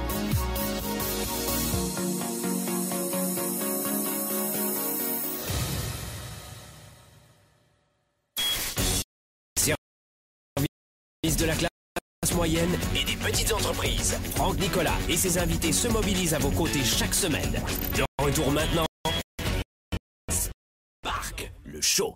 De la classe moyenne et des petites entreprises. Franck Nicolas et ses invités se mobilisent à vos côtés chaque semaine. De retour maintenant. Spark, le show.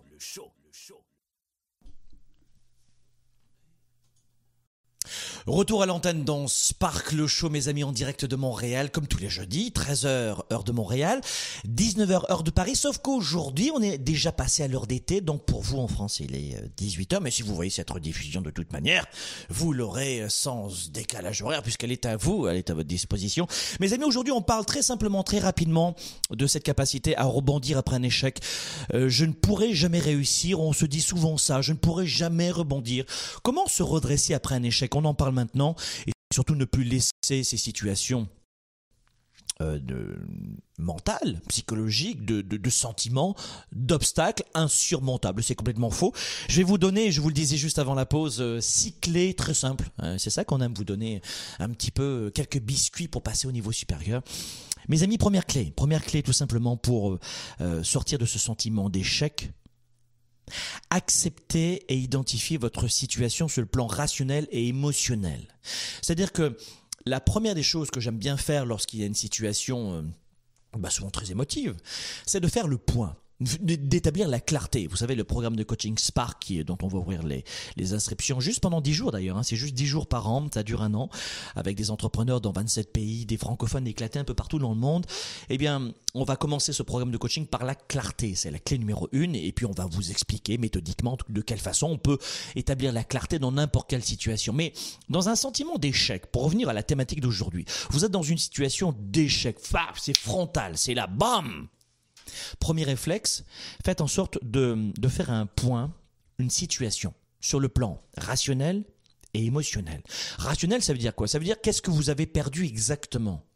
Retour à l'antenne dans Spark le show, mes amis, en direct de Montréal, comme tous les jeudis, 13h heure de Montréal, 19h heure de Paris, sauf qu'aujourd'hui on est déjà passé à l'heure d'été, donc pour vous en France il est 18h, mais si vous voyez cette rediffusion de toute manière, vous l'aurez sans décalage horaire puisqu'elle est à vous, elle est à votre disposition. Mes amis, aujourd'hui on parle très simplement, très rapidement de cette capacité à rebondir après un échec. Je ne pourrai jamais réussir, on se dit souvent ça, je ne pourrai jamais rebondir. Comment se redresser après un échec ? On en parle maintenant, et surtout ne plus laisser ces situations mental, psychologique, de sentiments, d'obstacles insurmontables. C'est complètement faux. Je vais vous donner, je vous le disais juste avant la pause, 6 clés très simples. C'est ça qu'on aime vous donner un petit peu, quelques biscuits pour passer au niveau supérieur. Mes amis, première clé tout simplement pour sortir de ce sentiment d'échec. Accepter et identifier votre situation sur le plan rationnel et émotionnel. C'est-à-dire que la première des choses que j'aime bien faire lorsqu'il y a une situation souvent très émotive, c'est de faire le point, d'établir la clarté. Vous savez, le programme de coaching Spark dont on va ouvrir les inscriptions juste pendant 10 jours d'ailleurs, c'est juste 10 jours par an, ça dure 1 an, avec des entrepreneurs dans 27 pays, des francophones éclatés un peu partout dans le monde. Eh bien, on va commencer ce programme de coaching par la clarté, c'est la clé numéro 1, et puis on va vous expliquer méthodiquement de quelle façon on peut établir la clarté dans n'importe quelle situation. Mais dans un sentiment d'échec, pour revenir à la thématique d'aujourd'hui, vous êtes dans une situation d'échec, c'est frontal, c'est là, bam! Premier réflexe, faites en sorte de faire un point, une situation, sur le plan rationnel et émotionnel. Rationnel, ça veut dire quoi? Ça veut dire qu'est-ce que vous avez perdu exactement?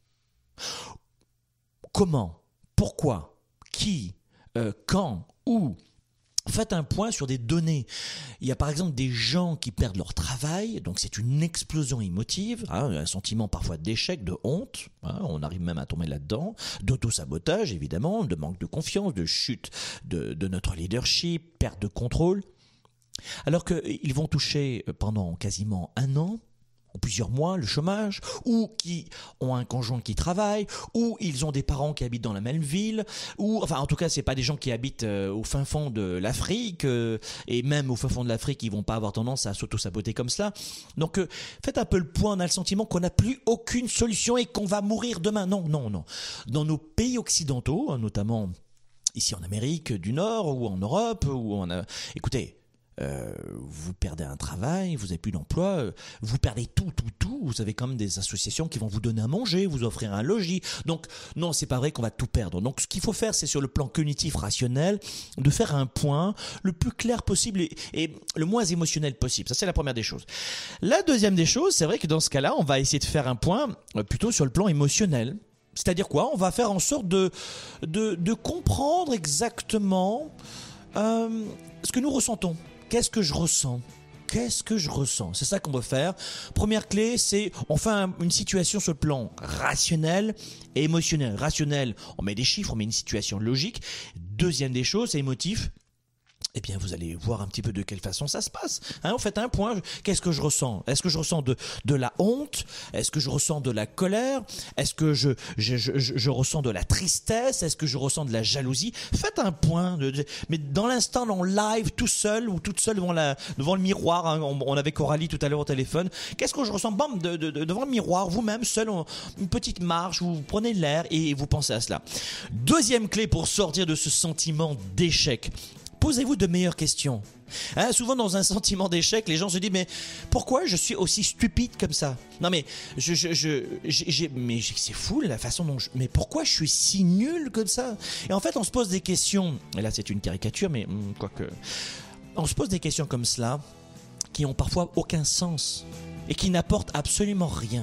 Comment? Pourquoi? Qui? Quand? Où? Faites un point sur des données. Il y a par exemple des gens qui perdent leur travail, donc c'est une explosion émotive, un sentiment parfois d'échec, de honte, on arrive même à tomber là-dedans, d'auto-sabotage évidemment, de manque de confiance, de chute de notre leadership, perte de contrôle. Alors qu'ils vont toucher pendant quasiment 1 an, ou plusieurs mois, le chômage, ou qui ont un conjoint qui travaille, ou ils ont des parents qui habitent dans la même ville, ou enfin en tout cas c'est pas des gens qui habitent au fin fond de l'Afrique, et même au fin fond de l'Afrique ils vont pas avoir tendance à s'auto-saboter comme cela. Donc faites un peu le point, on a le sentiment qu'on n'a plus aucune solution et qu'on va mourir demain. Non. Dans nos pays occidentaux, notamment ici en Amérique du Nord ou en Europe, écoutez, vous perdez un travail, vous n'avez plus d'emploi, vous perdez tout, vous avez quand même des associations qui vont vous donner à manger, vous offrir un logis. Donc non, c'est pas vrai qu'on va tout perdre. Donc ce qu'il faut faire, c'est sur le plan cognitif rationnel, de faire un point le plus clair possible et le moins émotionnel possible. Ça, c'est la première des choses. La deuxième des choses, c'est vrai que dans ce cas-là, on va essayer de faire un point plutôt sur le plan émotionnel. C'est-à-dire quoi? On va faire en sorte de comprendre exactement ce que nous ressentons. Qu'est-ce que je ressens? C'est ça qu'on va faire. Première clé, c'est on fait une situation sur le plan rationnel et émotionnel. Rationnel, on met des chiffres, on met une situation logique. Deuxième des choses, c'est émotif. Eh bien, vous allez voir un petit peu de quelle façon ça se passe. On fait un point. Qu'est-ce que je ressens? Est-ce que je ressens de la honte? Est-ce que je ressens de la colère? Est-ce que je ressens de la tristesse? Est-ce que je ressens de la jalousie? Faites un point. Mais dans l'instant, en live, tout seul ou toute seule devant le miroir. On avait Coralie tout à l'heure au téléphone. Qu'est-ce que je ressens? Bam, devant le miroir, vous-même, seul, une petite marche, vous prenez l'air et vous pensez à cela. Deuxième clé pour sortir de ce sentiment d'échec. Posez-vous de meilleures questions. Souvent dans un sentiment d'échec, les gens se disent mais pourquoi je suis aussi stupide comme ça? Non mais mais c'est fou la façon dont mais pourquoi je suis si nul comme ça? Et en fait on se pose des questions. Et là c'est une caricature mais quoique on se pose des questions comme cela qui ont parfois aucun sens et qui n'apportent absolument rien.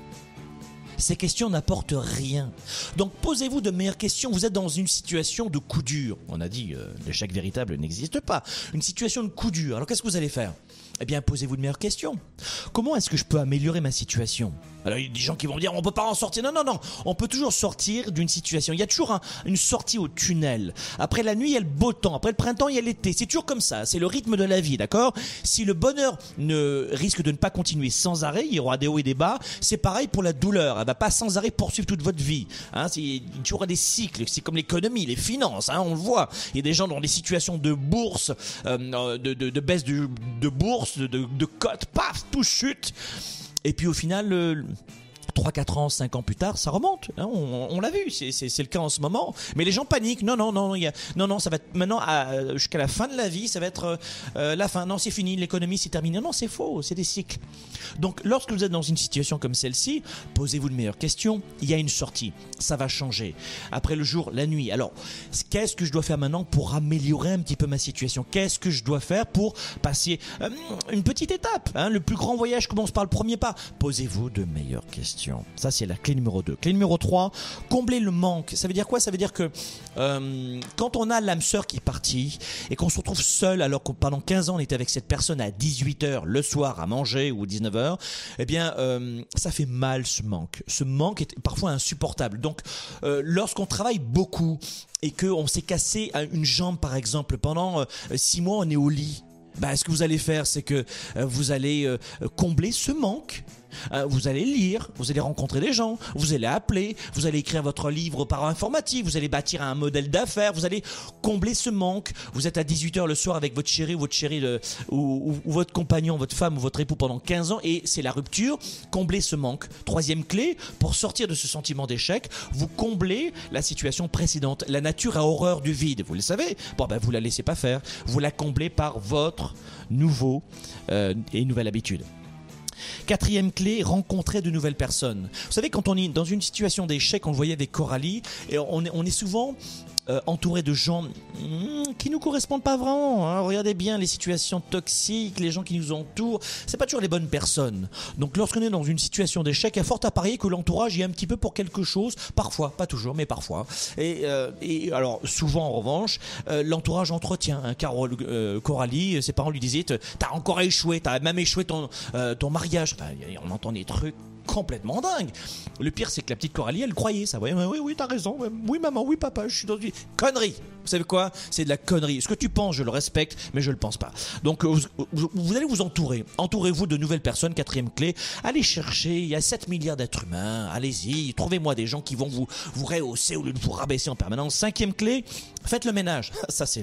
Ces questions n'apportent rien. Donc posez-vous de meilleures questions. Vous êtes dans une situation de coup dur. On a dit l'échec véritable n'existe pas. Une situation de coup dur. Alors qu'est-ce que vous allez faire? Eh bien, posez-vous de meilleures questions. Comment est-ce que je peux améliorer ma situation? Alors, il y a des gens qui vont dire, on peut pas en sortir. Non. On peut toujours sortir d'une situation. Il y a toujours une sortie au tunnel. Après la nuit, il y a le beau temps. Après le printemps, il y a l'été. C'est toujours comme ça. C'est le rythme de la vie, d'accord? Si le bonheur risque de ne pas continuer sans arrêt, il y aura des hauts et des bas. C'est pareil pour la douleur. Elle va pas sans arrêt poursuivre toute votre vie. Il y aura des cycles. C'est comme l'économie, les finances. On le voit. Il y a des gens dans des situations de bourse, de baisse de bourse, de cote, paf, tout chute. Et puis au final, 3, 4 ans, 5 ans plus tard, ça remonte. On l'a vu, c'est le cas en ce moment. Mais les gens paniquent. Non, ça va être maintenant jusqu'à la fin de la vie, ça va être la fin. Non, c'est fini, l'économie c'est terminé. Non, c'est faux, c'est des cycles. Donc, lorsque vous êtes dans une situation comme celle-ci, posez-vous de meilleures questions. Il y a une sortie, ça va changer. Après le jour, la nuit. Alors, qu'est-ce que je dois faire maintenant pour améliorer un petit peu ma situation? Qu'est-ce que je dois faire pour passer une petite étape? Le plus grand voyage commence par le premier pas. Posez-vous de meilleures questions. Attention, ça c'est la clé numéro 2. Clé numéro 3, combler le manque. Ça veut dire quoi? Ça veut dire que quand on a l'âme sœur qui est partie et qu'on se retrouve seul alors que pendant 15 ans on était avec cette personne à 18h le soir à manger ou 19h, eh bien ça fait mal ce manque. Ce manque est parfois insupportable. Donc lorsqu'on travaille beaucoup et qu'on s'est cassé une jambe par exemple, pendant 6 mois on est au lit, ce que vous allez faire, c'est que vous allez combler ce manque. Vous allez lire, vous allez rencontrer des gens, vous allez appeler, vous allez écrire votre livre par informatique, vous allez bâtir un modèle d'affaires, vous allez combler ce manque. Vous êtes à 18h le soir avec votre chéri ou votre chérie ou votre compagnon, votre femme ou votre époux pendant 15 ans et c'est la rupture. Comblez ce manque. Troisième clé, pour sortir de ce sentiment d'échec, vous comblez la situation précédente. La nature a horreur du vide, vous le savez. Vous la laissez pas faire, vous la comblez par votre nouveau et nouvelle habitude. Quatrième clé, rencontrer de nouvelles personnes. Vous savez, quand on est dans une situation d'échec, on le voyait avec Coralie, et on est souvent entouré de gens qui nous correspondent pas vraiment. Hein. Regardez bien les situations toxiques, les gens qui nous entourent, c'est pas toujours les bonnes personnes. Donc lorsqu'on est dans une situation d'échec, il y a fort à parier que l'entourage y est un petit peu pour quelque chose, parfois, pas toujours, mais parfois. Et alors souvent en revanche, l'entourage entretient. Hein. Coralie, ses parents lui disaient, t'as encore échoué, t'as même échoué ton mariage. Enfin, on entend des trucs complètement dingue. Le pire, c'est que la petite Coralie, elle croyait ça. Oui, t'as raison. Oui, maman, oui, papa, je suis dans une connerie. Vous savez quoi? C'est de la connerie. Ce que tu penses, je le respecte, mais je le pense pas. Donc, vous allez vous entourer. Entourez-vous de nouvelles personnes. Quatrième clé, allez chercher. Il y a 7 milliards d'êtres humains. Allez-y. Trouvez-moi des gens qui vont vous rehausser au lieu de vous rabaisser en permanence. Cinquième clé, faites le ménage.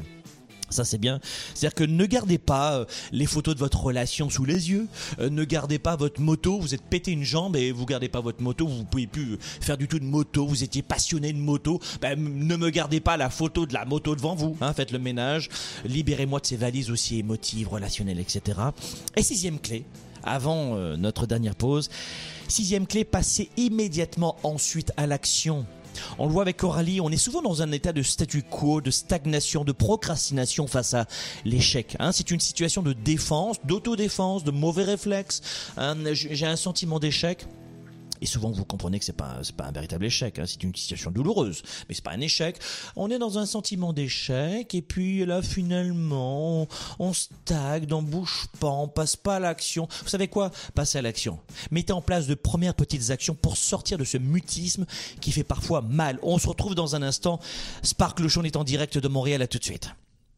Ça c'est bien, c'est-à-dire que ne gardez pas les photos de votre relation sous les yeux, ne gardez pas votre moto, vous êtes pété une jambe et vous gardez pas votre moto, vous pouvez plus faire du tout de moto, vous étiez passionné de moto, ne me gardez pas la photo de la moto devant vous, hein, faites le ménage, libérez-moi de ces valises aussi émotives, relationnelles, etc. Et sixième clé, avant notre dernière pause, sixième clé, passez immédiatement ensuite à l'action. On le voit avec Coralie, on est souvent dans un état de statu quo, de stagnation, de procrastination face à l'échec. Hein, c'est une situation de défense, d'autodéfense, de mauvais réflexes. Hein, j'ai un sentiment d'échec. Et souvent, vous comprenez que c'est pas un véritable échec, hein, c'est une situation douloureuse, mais c'est pas un échec. On est dans un sentiment d'échec, et puis là, finalement, on stagne, on bouge pas, on passe pas à l'action. Vous savez quoi? Passez à l'action. Mettez en place de premières petites actions pour sortir de ce mutisme qui fait parfois mal. On se retrouve dans un instant. Spark le Show est en direct de Montréal, à tout de suite.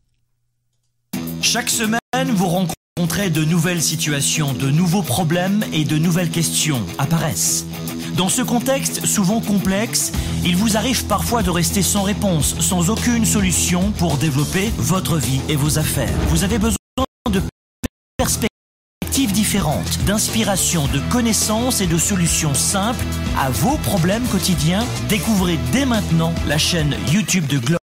Chaque semaine, vous rencontrez de nouvelles situations, de nouveaux problèmes et de nouvelles questions apparaissent. Dans ce contexte souvent complexe, il vous arrive parfois de rester sans réponse, sans aucune solution pour développer votre vie et vos affaires. Vous avez besoin de perspectives différentes, d'inspiration, de connaissances et de solutions simples à vos problèmes quotidiens. Découvrez dès maintenant la chaîne YouTube de Globe.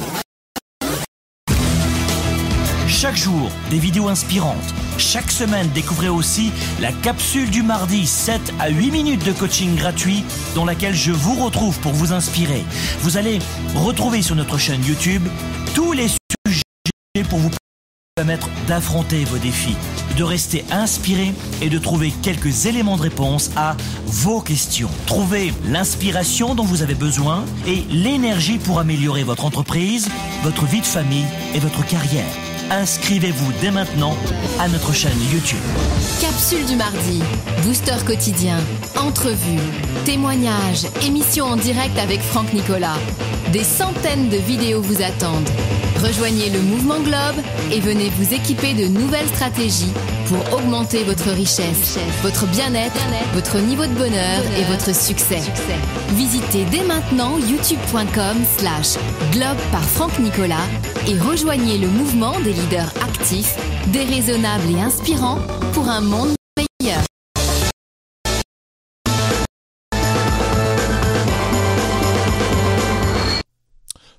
Chaque jour, des vidéos inspirantes. Chaque semaine, découvrez aussi la capsule du mardi, 7 à 8 minutes de coaching gratuit dans laquelle je vous retrouve pour vous inspirer. Vous allez retrouver sur notre chaîne YouTube tous les sujets pour vous permettre d'affronter vos défis, de rester inspiré et de trouver quelques éléments de réponse à vos questions. Trouvez l'inspiration dont vous avez besoin et l'énergie pour améliorer votre entreprise, votre vie de famille et votre carrière. Inscrivez-vous dès maintenant à notre chaîne YouTube. Capsule du mardi, booster quotidien, entrevues, témoignages, émissions en direct avec Franck Nicolas. Des centaines de vidéos vous attendent. Rejoignez le mouvement Globe et venez vous équiper de nouvelles stratégies pour augmenter votre richesse, votre bien-être, votre niveau de bonheur et votre succès. Visitez dès maintenant youtube.com/globe par Franck Nicolas et rejoignez le mouvement des leaders actifs, déraisonnables et inspirants pour un monde meilleur.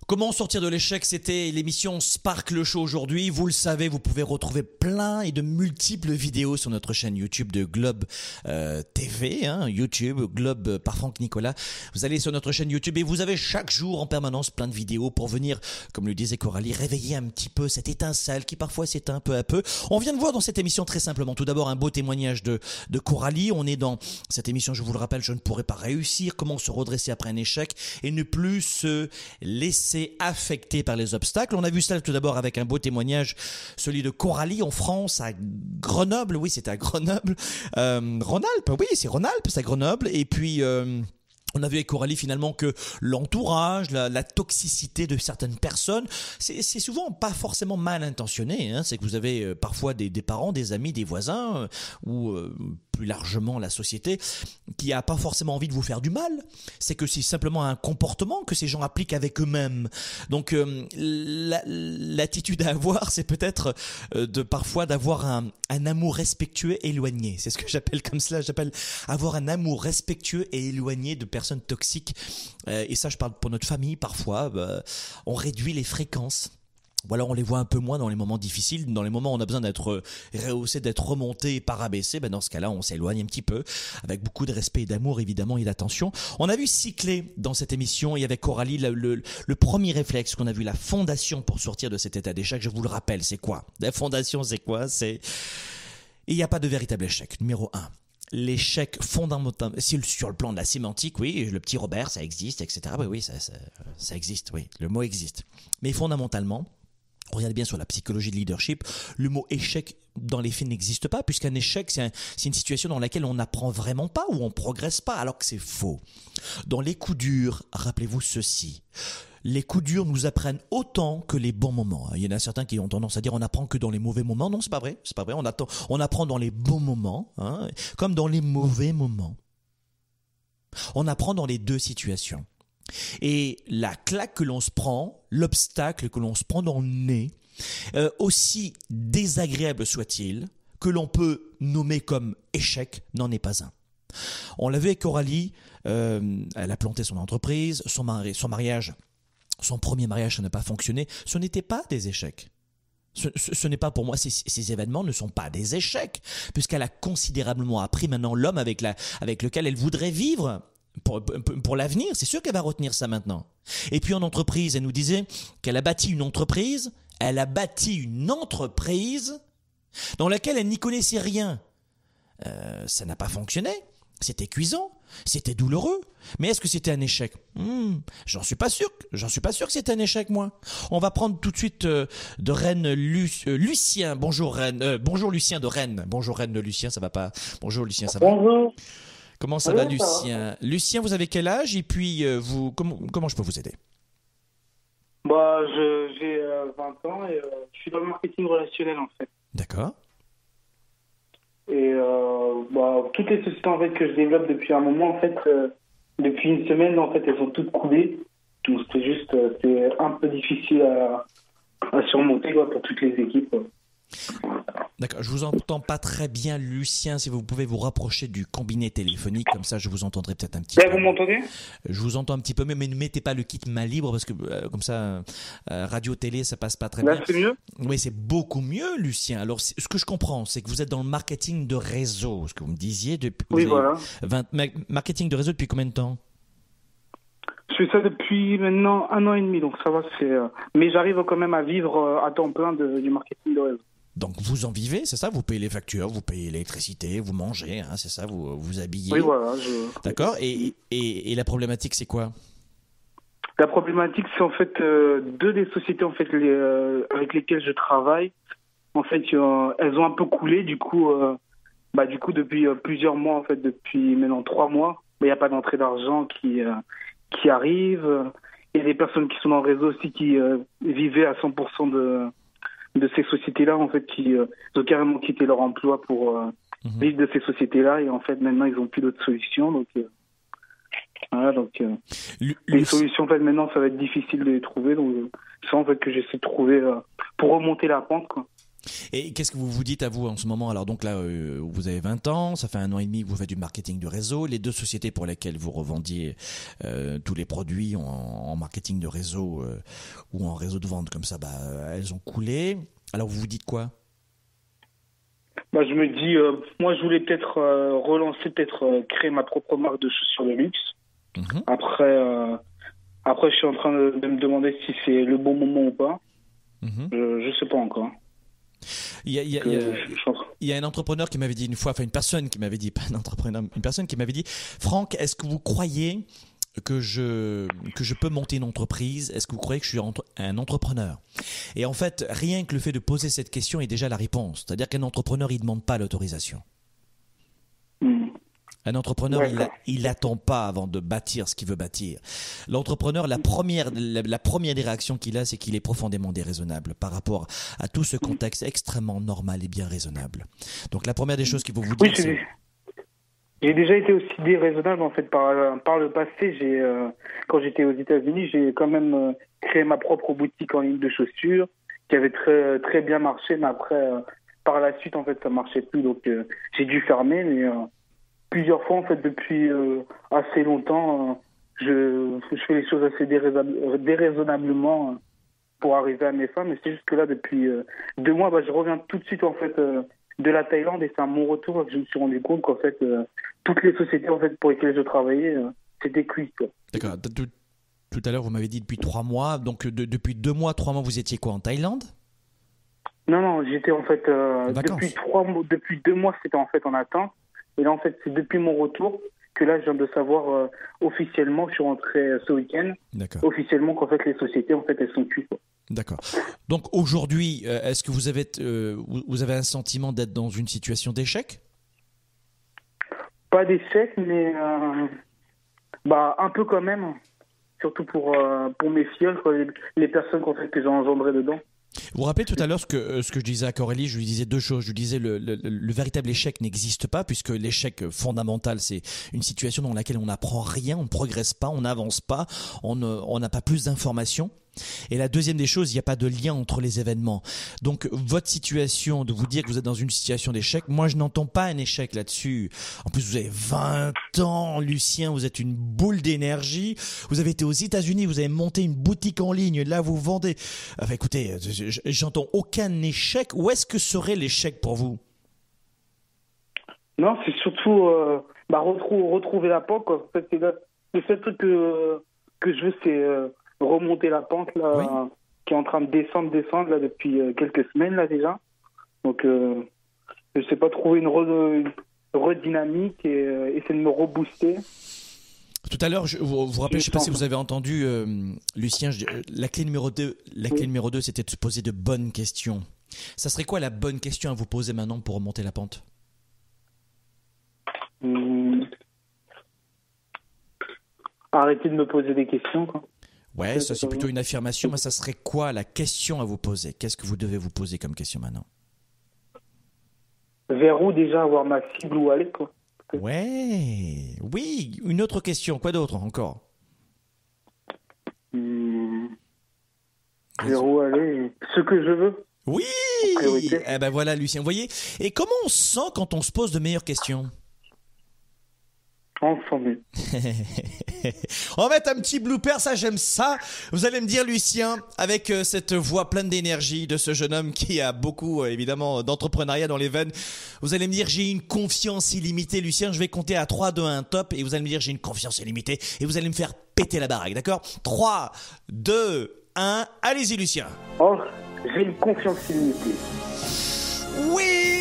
Comment sortir de l'échec, c'était l'émission Sparkle Show aujourd'hui. Vous le savez, vous pouvez retrouver plein et de multiples vidéos sur notre chaîne YouTube de Globe TV, YouTube, Globe par Franck Nicolas. Vous allez sur notre chaîne YouTube et vous avez chaque jour en permanence plein de vidéos pour venir, comme le disait Coralie, réveiller un petit peu cette étincelle qui parfois s'éteint peu à peu. On vient de voir dans cette émission très simplement, tout d'abord un beau témoignage de Coralie. On est dans cette émission, je vous le rappelle, je ne pourrais pas réussir, comment se redresser après un échec et ne plus se laisser affecté par les obstacles. On a vu ça tout d'abord avec un beau témoignage, celui de Coralie en France, à Grenoble. Oui, c'était à Grenoble. Rhône-Alpes, oui, c'est Rhône-Alpes, c'est à Grenoble. Et puis... on a vu avec Coralie finalement que l'entourage, la toxicité de certaines personnes, c'est souvent pas forcément mal intentionné. C'est que vous avez parfois des parents, des amis, des voisins ou plus largement la société qui a pas forcément envie de vous faire du mal. C'est que c'est simplement un comportement que ces gens appliquent avec eux-mêmes. Donc l'attitude à avoir, c'est peut-être parfois d'avoir un amour respectueux éloigné. C'est ce que j'appelle comme cela. J'appelle avoir un amour respectueux et éloigné de personnes toxiques. Et ça, je parle pour notre famille. Parfois, on réduit les fréquences. Ou alors on les voit un peu moins dans les moments difficiles, dans les moments où on a besoin d'être rehaussé, d'être remonté, pas rabaissé. Dans ce cas-là, on s'éloigne un petit peu, avec beaucoup de respect et d'amour évidemment et d'attention. On a vu Cycler dans cette émission et avec Coralie le premier réflexe qu'on a vu, la fondation pour sortir de cet état d'échec. Je vous le rappelle, c'est quoi ? La fondation, c'est quoi ? Il n'y a pas de véritable échec. Numéro 1. L'échec fondamental, sur le plan de la sémantique, oui, le petit Robert, ça existe, etc. Oui, ça existe, oui, le mot existe. Mais fondamentalement, on regarde bien sur la psychologie de leadership, le mot échec dans les faits n'existe pas, puisqu'un échec, c'est une situation dans laquelle on n'apprend vraiment pas ou on progresse pas, alors que c'est faux. Dans les coups durs, rappelez-vous ceci. Les coups durs nous apprennent autant que les bons moments. Il y en a certains qui ont tendance à dire on apprend que dans les mauvais moments. Non, c'est pas vrai. On apprend dans les bons moments, comme dans les mauvais moments. On apprend dans les deux situations. Et la claque que l'on se prend, l'obstacle que l'on se prend dans le nez, aussi désagréable soit-il, que l'on peut nommer comme échec, n'en est pas un. On l'a vu avec Coralie, elle a planté son entreprise, son mariage. Son premier mariage, ça n'a pas fonctionné. Ce n'était pas des échecs. Ce n'est pas pour moi, ces événements ne sont pas des échecs, puisqu'elle a considérablement appris maintenant l'homme avec lequel elle voudrait vivre pour l'avenir. C'est sûr qu'elle va retenir ça maintenant. Et puis en entreprise, elle nous disait qu'elle a bâti une entreprise. Elle a bâti une entreprise dans laquelle elle n'y connaissait rien. Ça n'a pas fonctionné. C'était cuisant. C'était douloureux. Mais est-ce que c'était un échec ? J'en suis pas sûr. J'en suis pas sûr que c'était un échec, moi. On va prendre tout de suite de Rennes Lucien. Bonjour Rennes. Bonjour Lucien de Rennes. Bonjour Rennes de Lucien, ça va pas ? Bonjour Lucien, ça va ? Bonjour. Comment ça va Lucien ? Lucien, vous avez quel âge ? Et puis, comment je peux vous aider ? J'ai 20 ans et je suis dans le marketing relationnel en fait. D'accord. Et toutes les sociétés en fait que je développe depuis un moment en fait, depuis une semaine en fait, elles ont toutes coulé. Donc c'est un peu difficile à surmonter pour toutes les équipes. D'accord, je vous entends pas très bien Lucien, si vous pouvez vous rapprocher du combiné téléphonique, comme ça je vous entendrai peut-être un petit peu. Vous m'entendez ? Je vous entends un petit peu mieux, mais ne mettez pas le kit main libre parce que comme ça, radio-télé, ça passe pas très bien. Là c'est mieux ? Oui, c'est beaucoup mieux Lucien. Alors ce que je comprends, c'est que vous êtes dans le marketing de réseau, ce que vous me disiez depuis... Oui, voilà. Marketing de réseau depuis combien de temps ? Je fais ça depuis maintenant 1 an et demi, donc ça va, mais j'arrive quand même à vivre à temps plein du marketing de réseau. Donc vous en vivez, c'est ça ? Vous payez les factures, vous payez l'électricité, vous mangez, c'est ça, vous habillez. Oui, voilà. D'accord. Et la problématique, c'est quoi ? La problématique, c'est en fait deux des sociétés en fait avec lesquelles je travaille. En fait, elles ont un peu coulé. Du coup, depuis plusieurs mois, en fait, depuis maintenant 3 mois, il n'y a pas d'entrée d'argent qui arrive. Il y a des personnes qui sont dans le réseau aussi qui vivaient à 100% de ces sociétés-là, en fait, qui ont carrément quitté leur emploi pour vivre de ces sociétés-là. Et en fait, maintenant, ils n'ont plus d'autres solutions. Donc, les solutions, en fait, maintenant, ça va être difficile de les trouver. Donc, c'est ça, en fait, que j'essaie de trouver pour remonter la pente, quoi. Et qu'est-ce que vous vous dites à vous en ce moment? Alors donc là, vous avez 20 ans, ça fait 1 an et demi que vous faites du marketing de réseau. Les 2 sociétés pour lesquelles vous revendiez tous les produits en marketing de réseau ou en réseau de vente comme ça, elles ont coulé. Alors vous vous dites quoi? Je me dis, moi je voulais peut-être relancer, créer ma propre marque de chaussures de luxe. Mhm. Après je suis en train de me demander si c'est le bon moment ou pas. Mhm. Je sais pas encore. Il y a un entrepreneur qui m'avait dit une fois, enfin une personne qui m'avait dit, pas un entrepreneur, une personne qui m'avait dit, Franck, est-ce que vous croyez que je peux monter une entreprise? Est-ce que vous croyez que je suis un entrepreneur? Et en fait, rien que le fait de poser cette question est déjà la réponse. C'est-à-dire qu'un entrepreneur, il ne demande pas l'autorisation. Un entrepreneur, il n'attend pas avant de bâtir ce qu'il veut bâtir. L'entrepreneur, la première des réactions qu'il a, c'est qu'il est profondément déraisonnable par rapport à tout ce contexte extrêmement normal et bien raisonnable. Donc la première des choses qu'il faut vous dire, c'est... J'ai déjà été aussi déraisonnable en fait par le passé. Quand j'étais aux États-Unis, j'ai quand même créé ma propre boutique en ligne de chaussures qui avait très très bien marché, mais après par la suite en fait ça marchait plus, donc j'ai dû fermer. Mais plusieurs fois en fait depuis assez longtemps, je fais les choses assez déraisonnablement pour arriver à mes fins. Mais c'est juste que là depuis 2 mois, je reviens tout de suite en fait de la Thaïlande, et c'est à mon retour que je me suis rendu compte qu'en fait toutes les sociétés en fait pour lesquelles je travaillais c'était cuit, quoi. D'accord. Tout à l'heure vous m'avez dit depuis 3 mois, donc depuis 2 mois, 3 mois vous étiez quoi, en Thaïlande? Non, j'étais en fait depuis 2 mois c'était en fait en attente, et là en fait c'est depuis mon retour que là je viens de savoir officiellement, je suis rentré ce week-end. D'accord. Officiellement qu'en fait les sociétés en fait elles sont cuites, quoi. D'accord. Donc aujourd'hui, est-ce que vous avez un sentiment d'être dans une situation d'échec? Pas d'échec, mais un peu quand même, surtout pour mes filles, les personnes en fait, que j'ai engendrées dedans. Vous vous rappelez tout à l'heure ce que je disais à Corélie? Je lui disais 2 choses. Je lui disais le véritable échec n'existe pas, puisque l'échec fondamental, c'est une situation dans laquelle on n'apprend rien, on ne progresse pas, on n'avance pas, on n'a pas plus d'informations. Et la deuxième des choses, il n'y a pas de lien entre les événements. Donc votre situation, de vous dire que vous êtes dans une situation d'échec, moi je n'entends pas un échec là-dessus. En plus vous avez 20 ans, Lucien, vous êtes une boule d'énergie. Vous avez été aux États-Unis, vous avez monté une boutique en ligne, là vous vendez. Enfin écoutez, j'entends aucun échec. Où est-ce que serait l'échec pour vous? Non, c'est surtout retrouver la pente, quoi. En fait, c'est le seul truc que je veux, c'est remonter la pente là, oui, qui est en train de descendre là depuis quelques semaines là déjà. Donc je sais pas, trouver une redynamique et essayer de me rebooster. Tout à l'heure, vous vous rappelez, je sais pas si vous avez entendu Lucien, la clé numéro 2, c'était de se poser de bonnes questions. Ça serait quoi la bonne question à vous poser maintenant pour remonter la pente? Arrêtez de me poser des questions, quoi. Ouais, ça c'est plutôt une affirmation, mais ça serait quoi la question à vous poser? Qu'est-ce que vous devez vous poser comme question maintenant? Vers où déjà avoir ma cible, où aller, quoi? Ouais, oui, une autre question, quoi d'autre encore? Vers où aller? Ce que je veux. Oui! Eh ben voilà, Lucien, vous voyez? Et comment on se sent quand on se pose de meilleures questions? Ensemble. On va mettre un petit blooper, ça j'aime ça. Vous allez me dire, Lucien, avec cette voix pleine d'énergie de ce jeune homme qui a beaucoup évidemment d'entrepreneuriat dans les veines, vous allez me dire j'ai une confiance illimitée. Lucien, je vais compter à 3, 2, 1, top, et vous allez me dire j'ai une confiance illimitée et vous allez me faire péter la baraque, d'accord? 3, 2, 1, allez-y Lucien. Oh, j'ai une confiance illimitée. Oui.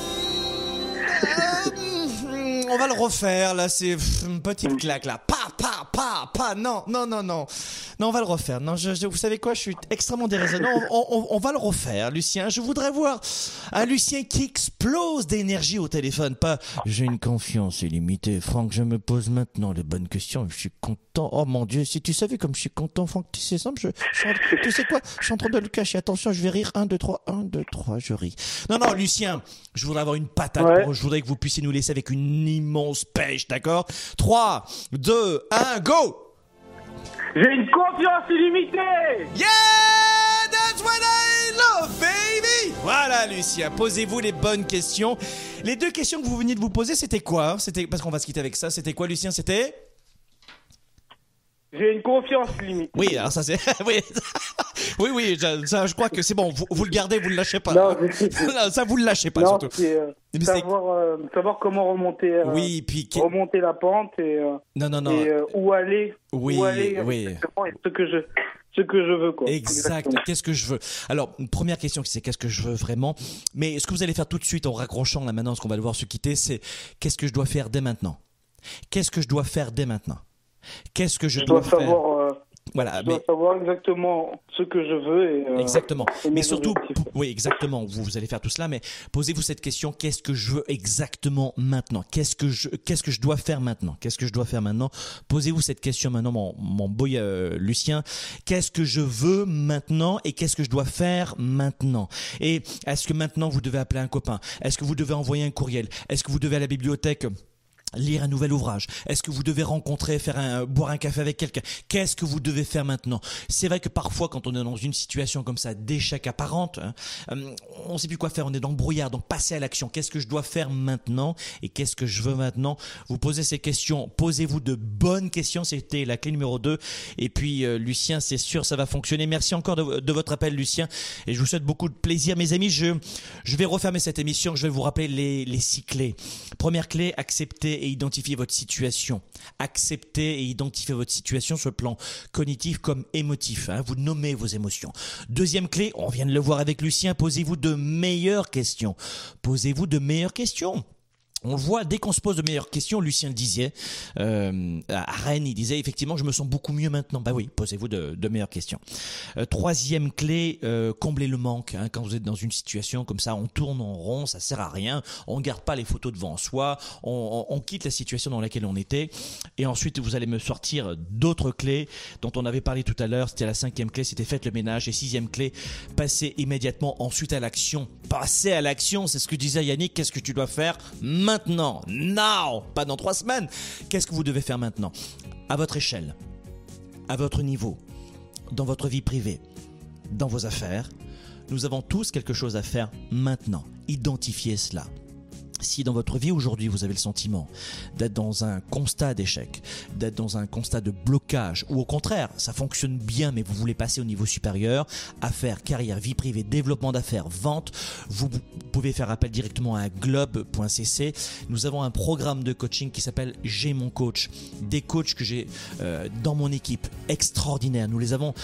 On va le refaire, là, c'est une petite claque, là. Non, on va le refaire. Non, vous savez quoi, je suis extrêmement déraisonnant. On va le refaire, Lucien. Je voudrais voir un Lucien qui explose d'énergie au téléphone. Pas, j'ai une confiance illimitée. Franck, je me pose maintenant les bonnes questions. Je suis content. Oh mon Dieu, si tu savais comme je suis content, Franck, tu sais simple, tu sais quoi, je suis en train de le cacher. Attention, je vais rire. 1, 2, 3, 1, 2, 3, je ris. Non, Lucien, je voudrais avoir une patate. Ouais. Je voudrais que vous puissiez nous laisser avec une immense pêche, d'accord? 3, 2, 1, go! J'ai une confiance illimitée! Yeah! That's what I love, baby! Voilà, ça, Lucien. Posez-vous les bonnes questions. Les 2 questions que vous veniez de vous poser, c'était quoi ? C'était parce qu'on va se quitter avec ça. C'était quoi, Lucien ? C'était... J'ai une confiance limite. Oui, alors ça c'est... oui, ça, je crois que c'est bon. Vous le gardez, vous le lâchez pas. Non, Non, ça, vous le lâchez pas, non, surtout. c'est savoir comment remonter, Oui, puis... remonter la pente et, Non. et où aller. Oui, où aller oui. exactement, et ce que je veux, quoi. Exact. Qu'est-ce que je veux ? Alors, une première question, c'est qu'est-ce que je veux vraiment ? Mais ce que vous allez faire tout de suite en raccrochant là maintenant, ce qu'on va devoir se quitter, c'est qu'est-ce que je dois faire dès maintenant ? Qu'est-ce que je dois faire dès maintenant ? Qu'est-ce que je dois faire ? Voilà, je dois savoir exactement ce que je veux et exactement. Et mais surtout, oui, exactement. Vous allez faire tout cela, mais posez-vous cette question : qu'est-ce que je veux exactement maintenant ? Qu'est-ce que je dois faire maintenant ? Qu'est-ce que je dois faire maintenant ? Posez-vous cette question maintenant, mon beau Lucien. Qu'est-ce que je veux maintenant et qu'est-ce que je dois faire maintenant ? Et est-ce que maintenant vous devez appeler un copain ? Est-ce que vous devez envoyer un courriel ? Est-ce que vous devez à la bibliothèque lire un nouvel ouvrage? Est-ce que vous devez rencontrer, boire un café avec quelqu'un? Qu'est-ce que vous devez faire maintenant? C'est vrai que parfois, quand on est dans une situation comme ça, d'échec apparente, on ne sait plus quoi faire, on est dans le brouillard, donc passez à l'action. Qu'est-ce que je dois faire maintenant et qu'est-ce que je veux maintenant? Vous posez ces questions, posez-vous de bonnes questions, c'était la clé numéro 2. Et puis, Lucien, c'est sûr, ça va fonctionner. Merci encore de votre appel, Lucien, et je vous souhaite beaucoup de plaisir. Mes amis, je vais refermer cette émission, je vais vous rappeler les 6 clés. Première clé, accepter et identifier votre situation. Accepter et identifier votre situation sur le plan cognitif comme émotif. Vous nommez vos émotions. Deuxième clé, on vient de le voir avec Lucien, posez-vous de meilleures questions. Posez-vous de meilleures questions. On le voit, dès qu'on se pose de meilleures questions, Lucien le disait, à Rennes, il disait effectivement, je me sens beaucoup mieux maintenant. Bah oui, posez-vous de meilleures questions. Troisième clé, combler le manque. Quand vous êtes dans une situation comme ça, on tourne en rond, ça sert à rien. On garde pas les photos devant soi, on quitte la situation dans laquelle on était. Et ensuite, vous allez me sortir d'autres clés dont on avait parlé tout à l'heure. C'était la 5e clé, c'était faites le ménage. Et 6e clé, passez immédiatement ensuite à l'action. Passez à l'action, c'est ce que disait Yannick. Qu'est-ce que tu dois faire maintenant, now, pas dans 3 semaines. Qu'est-ce que vous devez faire maintenant? À votre échelle, à votre niveau, dans votre vie privée, dans vos affaires, nous avons tous quelque chose à faire maintenant. Identifiez cela. Si dans votre vie aujourd'hui vous avez le sentiment d'être dans un constat d'échec, d'être dans un constat de blocage, ou au contraire, ça fonctionne bien mais vous voulez passer au niveau supérieur, affaires, carrière, vie privée, développement d'affaires, vente, vous pouvez faire appel directement à globe.cc. Nous avons un programme de coaching qui s'appelle J'ai mon coach. Des coachs que j'ai dans mon équipe, extraordinaires. Nous les avons,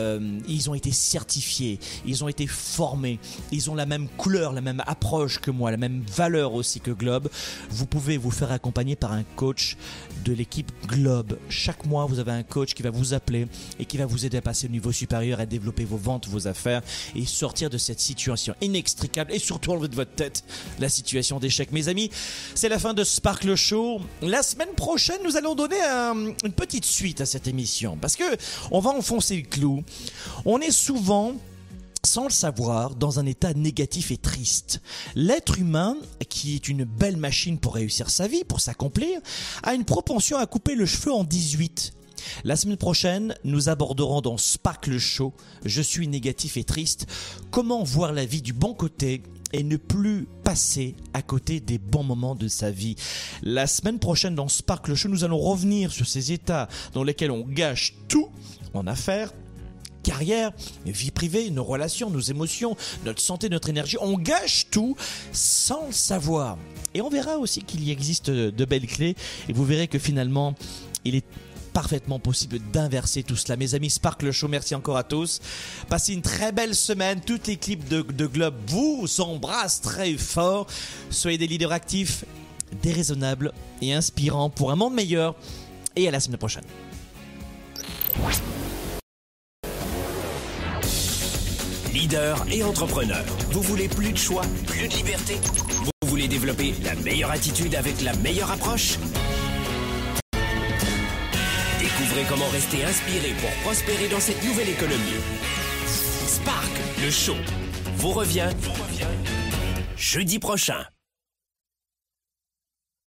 ils ont été certifiés, ils ont été formés, ils ont la même couleur, la même approche que moi, la même valeur aussi que Globe. Vous pouvez vous faire accompagner par un coach de l'équipe Globe. Chaque mois, vous avez un coach qui va vous appeler et qui va vous aider à passer au niveau supérieur, à développer vos ventes, vos affaires et sortir de cette situation inextricable et surtout enlever de votre tête la situation d'échec. Mes amis, c'est la fin de Sparkle Show. La semaine prochaine, nous allons donner une petite suite à cette émission parce que on va enfoncer le clou. On est souvent, sans le savoir, dans un état négatif et triste. L'être humain, qui est une belle machine pour réussir sa vie, pour s'accomplir, a une propension à couper le cheveu en 18. La semaine prochaine, nous aborderons dans Sparkle Show « Je suis négatif et triste », comment voir la vie du bon côté et ne plus passer à côté des bons moments de sa vie. La semaine prochaine, dans Sparkle Show, nous allons revenir sur ces états dans lesquels on gâche tout en affaires, carrière, vie privée, nos relations, nos émotions, notre santé, notre énergie. On gâche tout sans le savoir. Et on verra aussi qu'il y existe de belles clés. Et vous verrez que finalement, il est parfaitement possible d'inverser tout cela. Mes amis, Sparkle Show, merci encore à tous. Passez une très belle semaine. Toute l'équipe de Globe vous embrasse très fort. Soyez des leaders actifs, déraisonnables et inspirants pour un monde meilleur. Et à la semaine prochaine. Leader et entrepreneur, vous voulez plus de choix, plus de liberté? Vous voulez développer la meilleure attitude avec la meilleure approche? Découvrez comment rester inspiré pour prospérer dans cette nouvelle économie. Spark, le show, vous revient jeudi prochain.